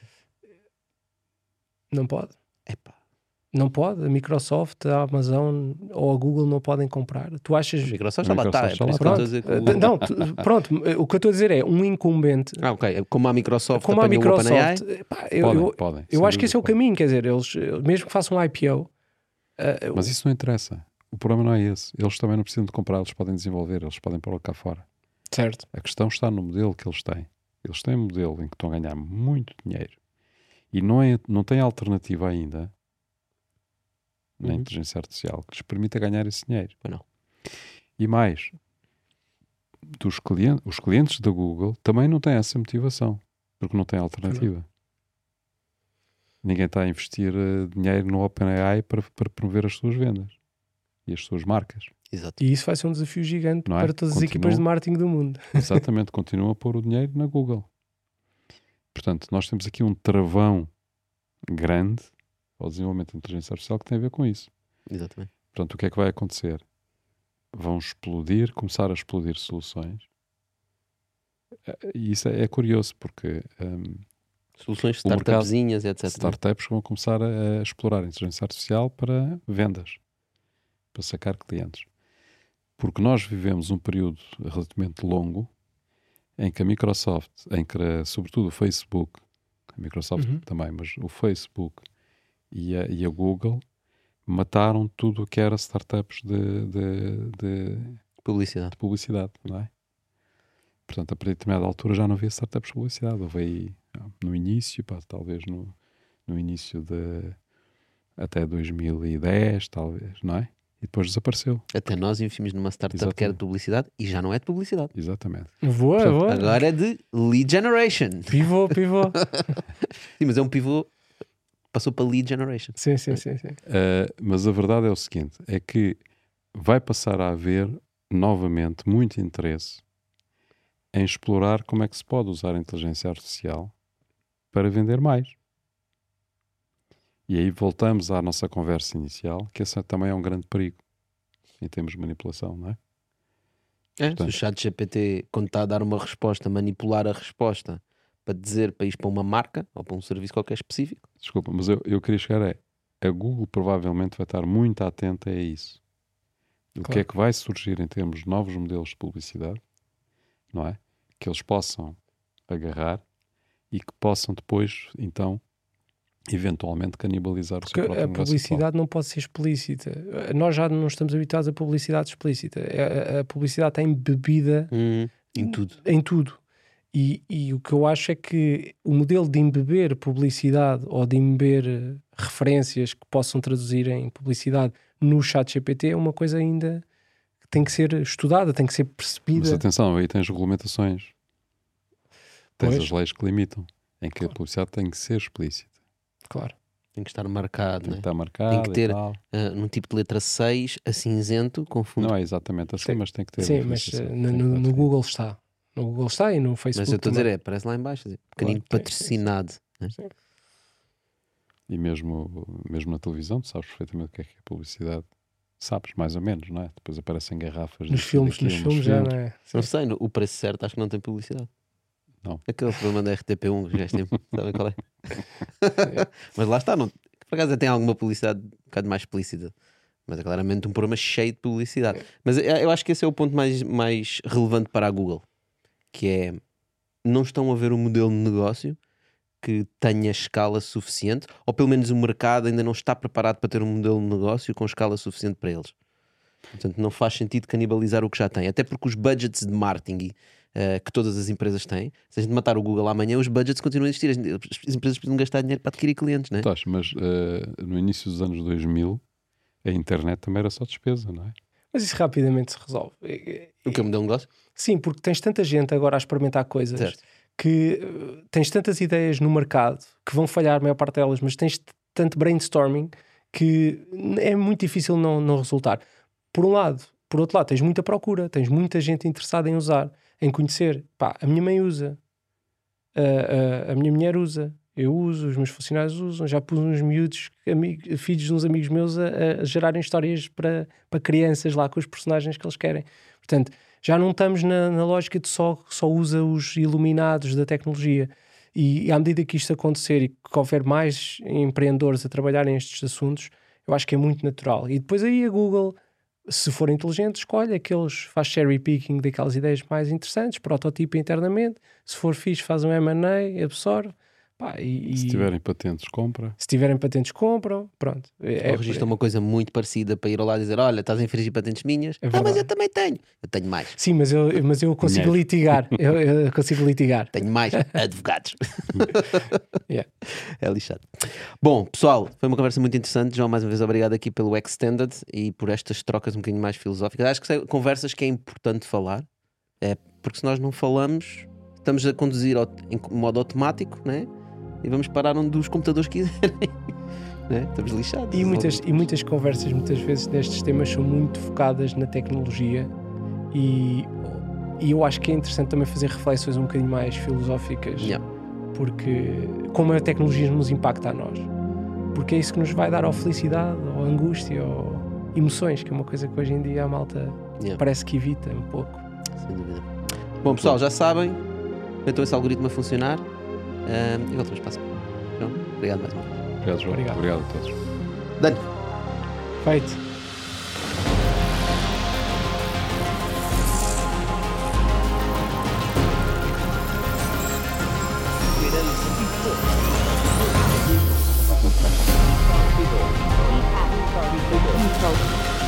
B: Não pode.
A: Epá,
B: Não pode. A Microsoft, a Amazon ou a Google não podem comprar. Tu achas...
A: a Microsoft
C: A
A: já lá está. É
C: Microsoft
A: por
C: já
A: isso
C: lá
A: que eu
B: Pronto,
A: estou a dizer que o-
B: não, tu- pronto, o que eu estou a dizer é um incumbente
A: Ah, ok. Como a Microsoft
B: como a
A: apanhou o OpenAI,
B: Microsoft, pá, eu,
C: Podem,
B: eu,
C: podem.
B: eu
C: sem
B: acho que esse é o
C: dúvida,
B: caminho, quer dizer, eles, mesmo que façam um I P O, uh,
C: Mas isso não interessa. O problema não é esse. Eles também não precisam de comprar, eles podem desenvolver, eles podem pôr cá fora.
B: certo,
C: A questão está no modelo que eles têm. Eles têm um modelo em que estão a ganhar muito dinheiro e não, é, não têm alternativa ainda na
A: Uhum.
C: inteligência artificial que lhes permita ganhar esse dinheiro.
A: Pois não.
C: E mais, dos clientes, os clientes da Google também não têm essa motivação, porque não têm alternativa. Ninguém está a investir uh, dinheiro no OpenAI para, para promover as suas vendas e as suas marcas.
A: Exato.
B: e isso vai ser um desafio gigante
C: Não é?
B: para todas as
C: Continua.
B: equipas de marketing do mundo.
C: Exatamente, continuam a pôr o dinheiro na Google. Portanto, nós temos aqui um travão grande ao desenvolvimento da inteligência artificial que tem a ver com isso.
A: Exatamente.
C: Portanto, o que é que vai acontecer? Vão explodir, começar a explodir soluções. Eh, E isso é, é curioso, porque hum,
A: Soluções
C: O mercado-
A: startupzinhas, etcétera.
C: startups vão começar a, a explorar a inteligência artificial para vendas, para sacar clientes. Porque nós vivemos um período relativamente longo em que a Microsoft, em que a- sobretudo o Facebook, a Microsoft
B: Uhum.
C: também, mas o Facebook e a, e a Google mataram tudo o que era startups de, de, de,
A: Publicidade.
C: de publicidade, não é? Portanto, a partir de determinada altura já não havia startups de publicidade. Houve aí, no início, pá, talvez no, no início de até dois mil e dez, talvez, não é? E depois desapareceu.
A: Até nós investimos numa startup que era de
C: Exatamente.
A: publicidade e já não é de publicidade.
C: Exatamente.
B: Voa,
C: Portanto,
B: voa.
A: Agora é de lead generation.
B: Pivô, pivô.
A: Sim, mas é um pivô. Passou para lead generation.
B: sim, sim, sim, sim.
C: Uh, mas a verdade é o seguinte, é que vai passar a haver novamente muito interesse em explorar como é que se pode usar a inteligência artificial para vender mais. E aí voltamos à nossa conversa inicial, que esse também é um grande perigo em termos de manipulação, não é?
A: É, se
C: Portanto-
A: o chat G P T, quando está a dar uma resposta, manipular a resposta para dizer para ir para uma marca ou para um serviço qualquer específico.
C: Desculpa, mas eu, eu queria chegar a... A Google provavelmente vai estar muito atenta a isso. O que
B: Claro.
C: é que vai surgir em termos de novos modelos de publicidade, não é? Que eles possam agarrar e que possam depois, então, eventualmente canibalizar o seu
B: Porque
C: próprio
B: a
C: negócio
B: publicidade não pode ser explícita. Nós já não estamos habituados a publicidade explícita. A, a- a publicidade tem bebida
A: Em tudo.
B: em tudo. E, e o que eu acho é que o modelo de embeber publicidade ou de embeber eh, referências que possam traduzir em publicidade no chat G P T é uma coisa ainda que tem que ser estudada, tem que ser
C: atual.
B: percebida.
C: Mas atenção, aí tens regulamentações. Tens
B: Pois.
C: as leis que limitam, em que
B: Claro.
C: a publicidade tem que ser explícita.
B: Claro.
A: Tem que estar marcado,
C: Tem
A: né?
C: que estar marcada
A: que ter-
C: e tal.
A: Ah, num tipo de letra seis, a cinzento, com fundo.
C: Não é exatamente assim,
B: Sim.
C: mas tem que ter
B: Sim, mas
C: diferenciação.
B: eh,
C: Tem
B: no,
C: que
B: no-
C: ter
B: no Google está. No Google está e no Facebook
A: Mas eu estou a dizer,
B: também.
A: é, parece lá em baixo, assim, pequenino
B: Claro, sim, sim, sim.
A: patrocinado. Né?
B: Sim.
C: E mesmo, mesmo na televisão, tu sabes perfeitamente o que é que é publicidade. Sabes, mais ou menos, não é? Depois aparecem garrafas.
B: Nos
C: disto,
B: filmes,
C: daquilo,
B: nos filmes já, não é?
A: Não sei, no- o preço certo acho que não tem publicidade.
C: Não.
A: Aquele programa da R T P um, já tem, sabem qual é? Mas lá está, não, por acaso tem alguma publicidade um bocado mais explícita. Mas é claramente um programa cheio de publicidade. Mas eu eu acho que esse é o ponto mais, mais relevante para a Google, que é, não estão a ver um modelo de negócio que tenha escala suficiente, ou pelo menos o mercado ainda não está preparado para ter um modelo de negócio com escala suficiente para eles. Portanto, não faz sentido canibalizar o que já tem, até porque os budgets de marketing uh, que todas as empresas têm, se a gente matar o Google amanhã, os budgets continuam a existir. As, as empresas precisam gastar dinheiro para adquirir clientes, não é?
C: Tás, mas uh, no início dos anos dois mil, a internet também era só despesa, não é?
B: Mas isso rapidamente se resolve.
A: O que é o modelo de negócio?
B: Sim, porque tens tanta gente agora a experimentar coisas,
A: Certo.
B: que uh, tens tantas ideias no mercado que vão falhar a maior parte delas, mas tens t- tanto brainstorming que é muito difícil não, não resultar. Por um lado. Por outro lado, tens muita procura, tens muita gente interessada em usar, em conhecer. Pá, a minha mãe usa, a, a, a minha mulher usa, eu uso, os meus funcionários usam, já pus uns miúdos, amigos, filhos de uns amigos meus a, a gerarem histórias para, para crianças lá com os personagens que eles querem. Portanto, já não estamos na, na lógica de só, só usa os iluminados da tecnologia. E, e à medida que isto acontecer e que houver mais empreendedores a trabalharem estes assuntos, eu acho que é muito natural. E depois aí a Google, se for inteligente, escolhe aqueles, faz cherry picking daquelas ideias mais interessantes, prototipa internamente. Se for fixe, faz um M and A, absorve. Pá, e,
C: Se
B: e
C: tiverem patentes, compra.
B: se tiverem patentes, compram. Pronto. É,
A: Ou registra uma coisa muito parecida para ir ao lado e dizer: olha, estás a infringir patentes minhas.
B: É
A: ah, mas
B: verdade.
A: eu também tenho. Eu tenho mais.
B: Sim, mas eu, mas eu consigo
C: Dinheiro.
B: litigar. eu, eu consigo litigar.
A: Tenho mais advogados.
B: Yeah.
A: É lixado. Bom, pessoal, foi uma conversa muito interessante. João, mais uma vez, obrigado aqui pelo Extended e por estas trocas um bocadinho mais filosóficas. Acho que são conversas que é importante falar, é, porque se nós não falamos, estamos a conduzir ao- em modo automático, né? E vamos parar onde os computadores quiserem. Né? Estamos lixados.
B: E muitas, e muitas conversas, muitas vezes, destes temas são muito focadas na tecnologia e, e eu acho que é interessante também fazer reflexões um bocadinho mais filosóficas,
A: Yeah.
B: porque como a tecnologia nos impacta a nós, porque é isso que nos vai dar ou felicidade, ou angústia, ou emoções, que é uma coisa que hoje em dia a malta
A: Yeah.
B: parece que evita um pouco.
A: Sem dúvida. Bom, pessoal, já sabem, metam esse algoritmo a funcionar. Um, e voltamos para a semana. João, obrigado mais uma vez.
C: Obrigado, João.
B: Obrigado.
C: Obrigado a todos.
A: Dano.
B: Feito.
D: Control.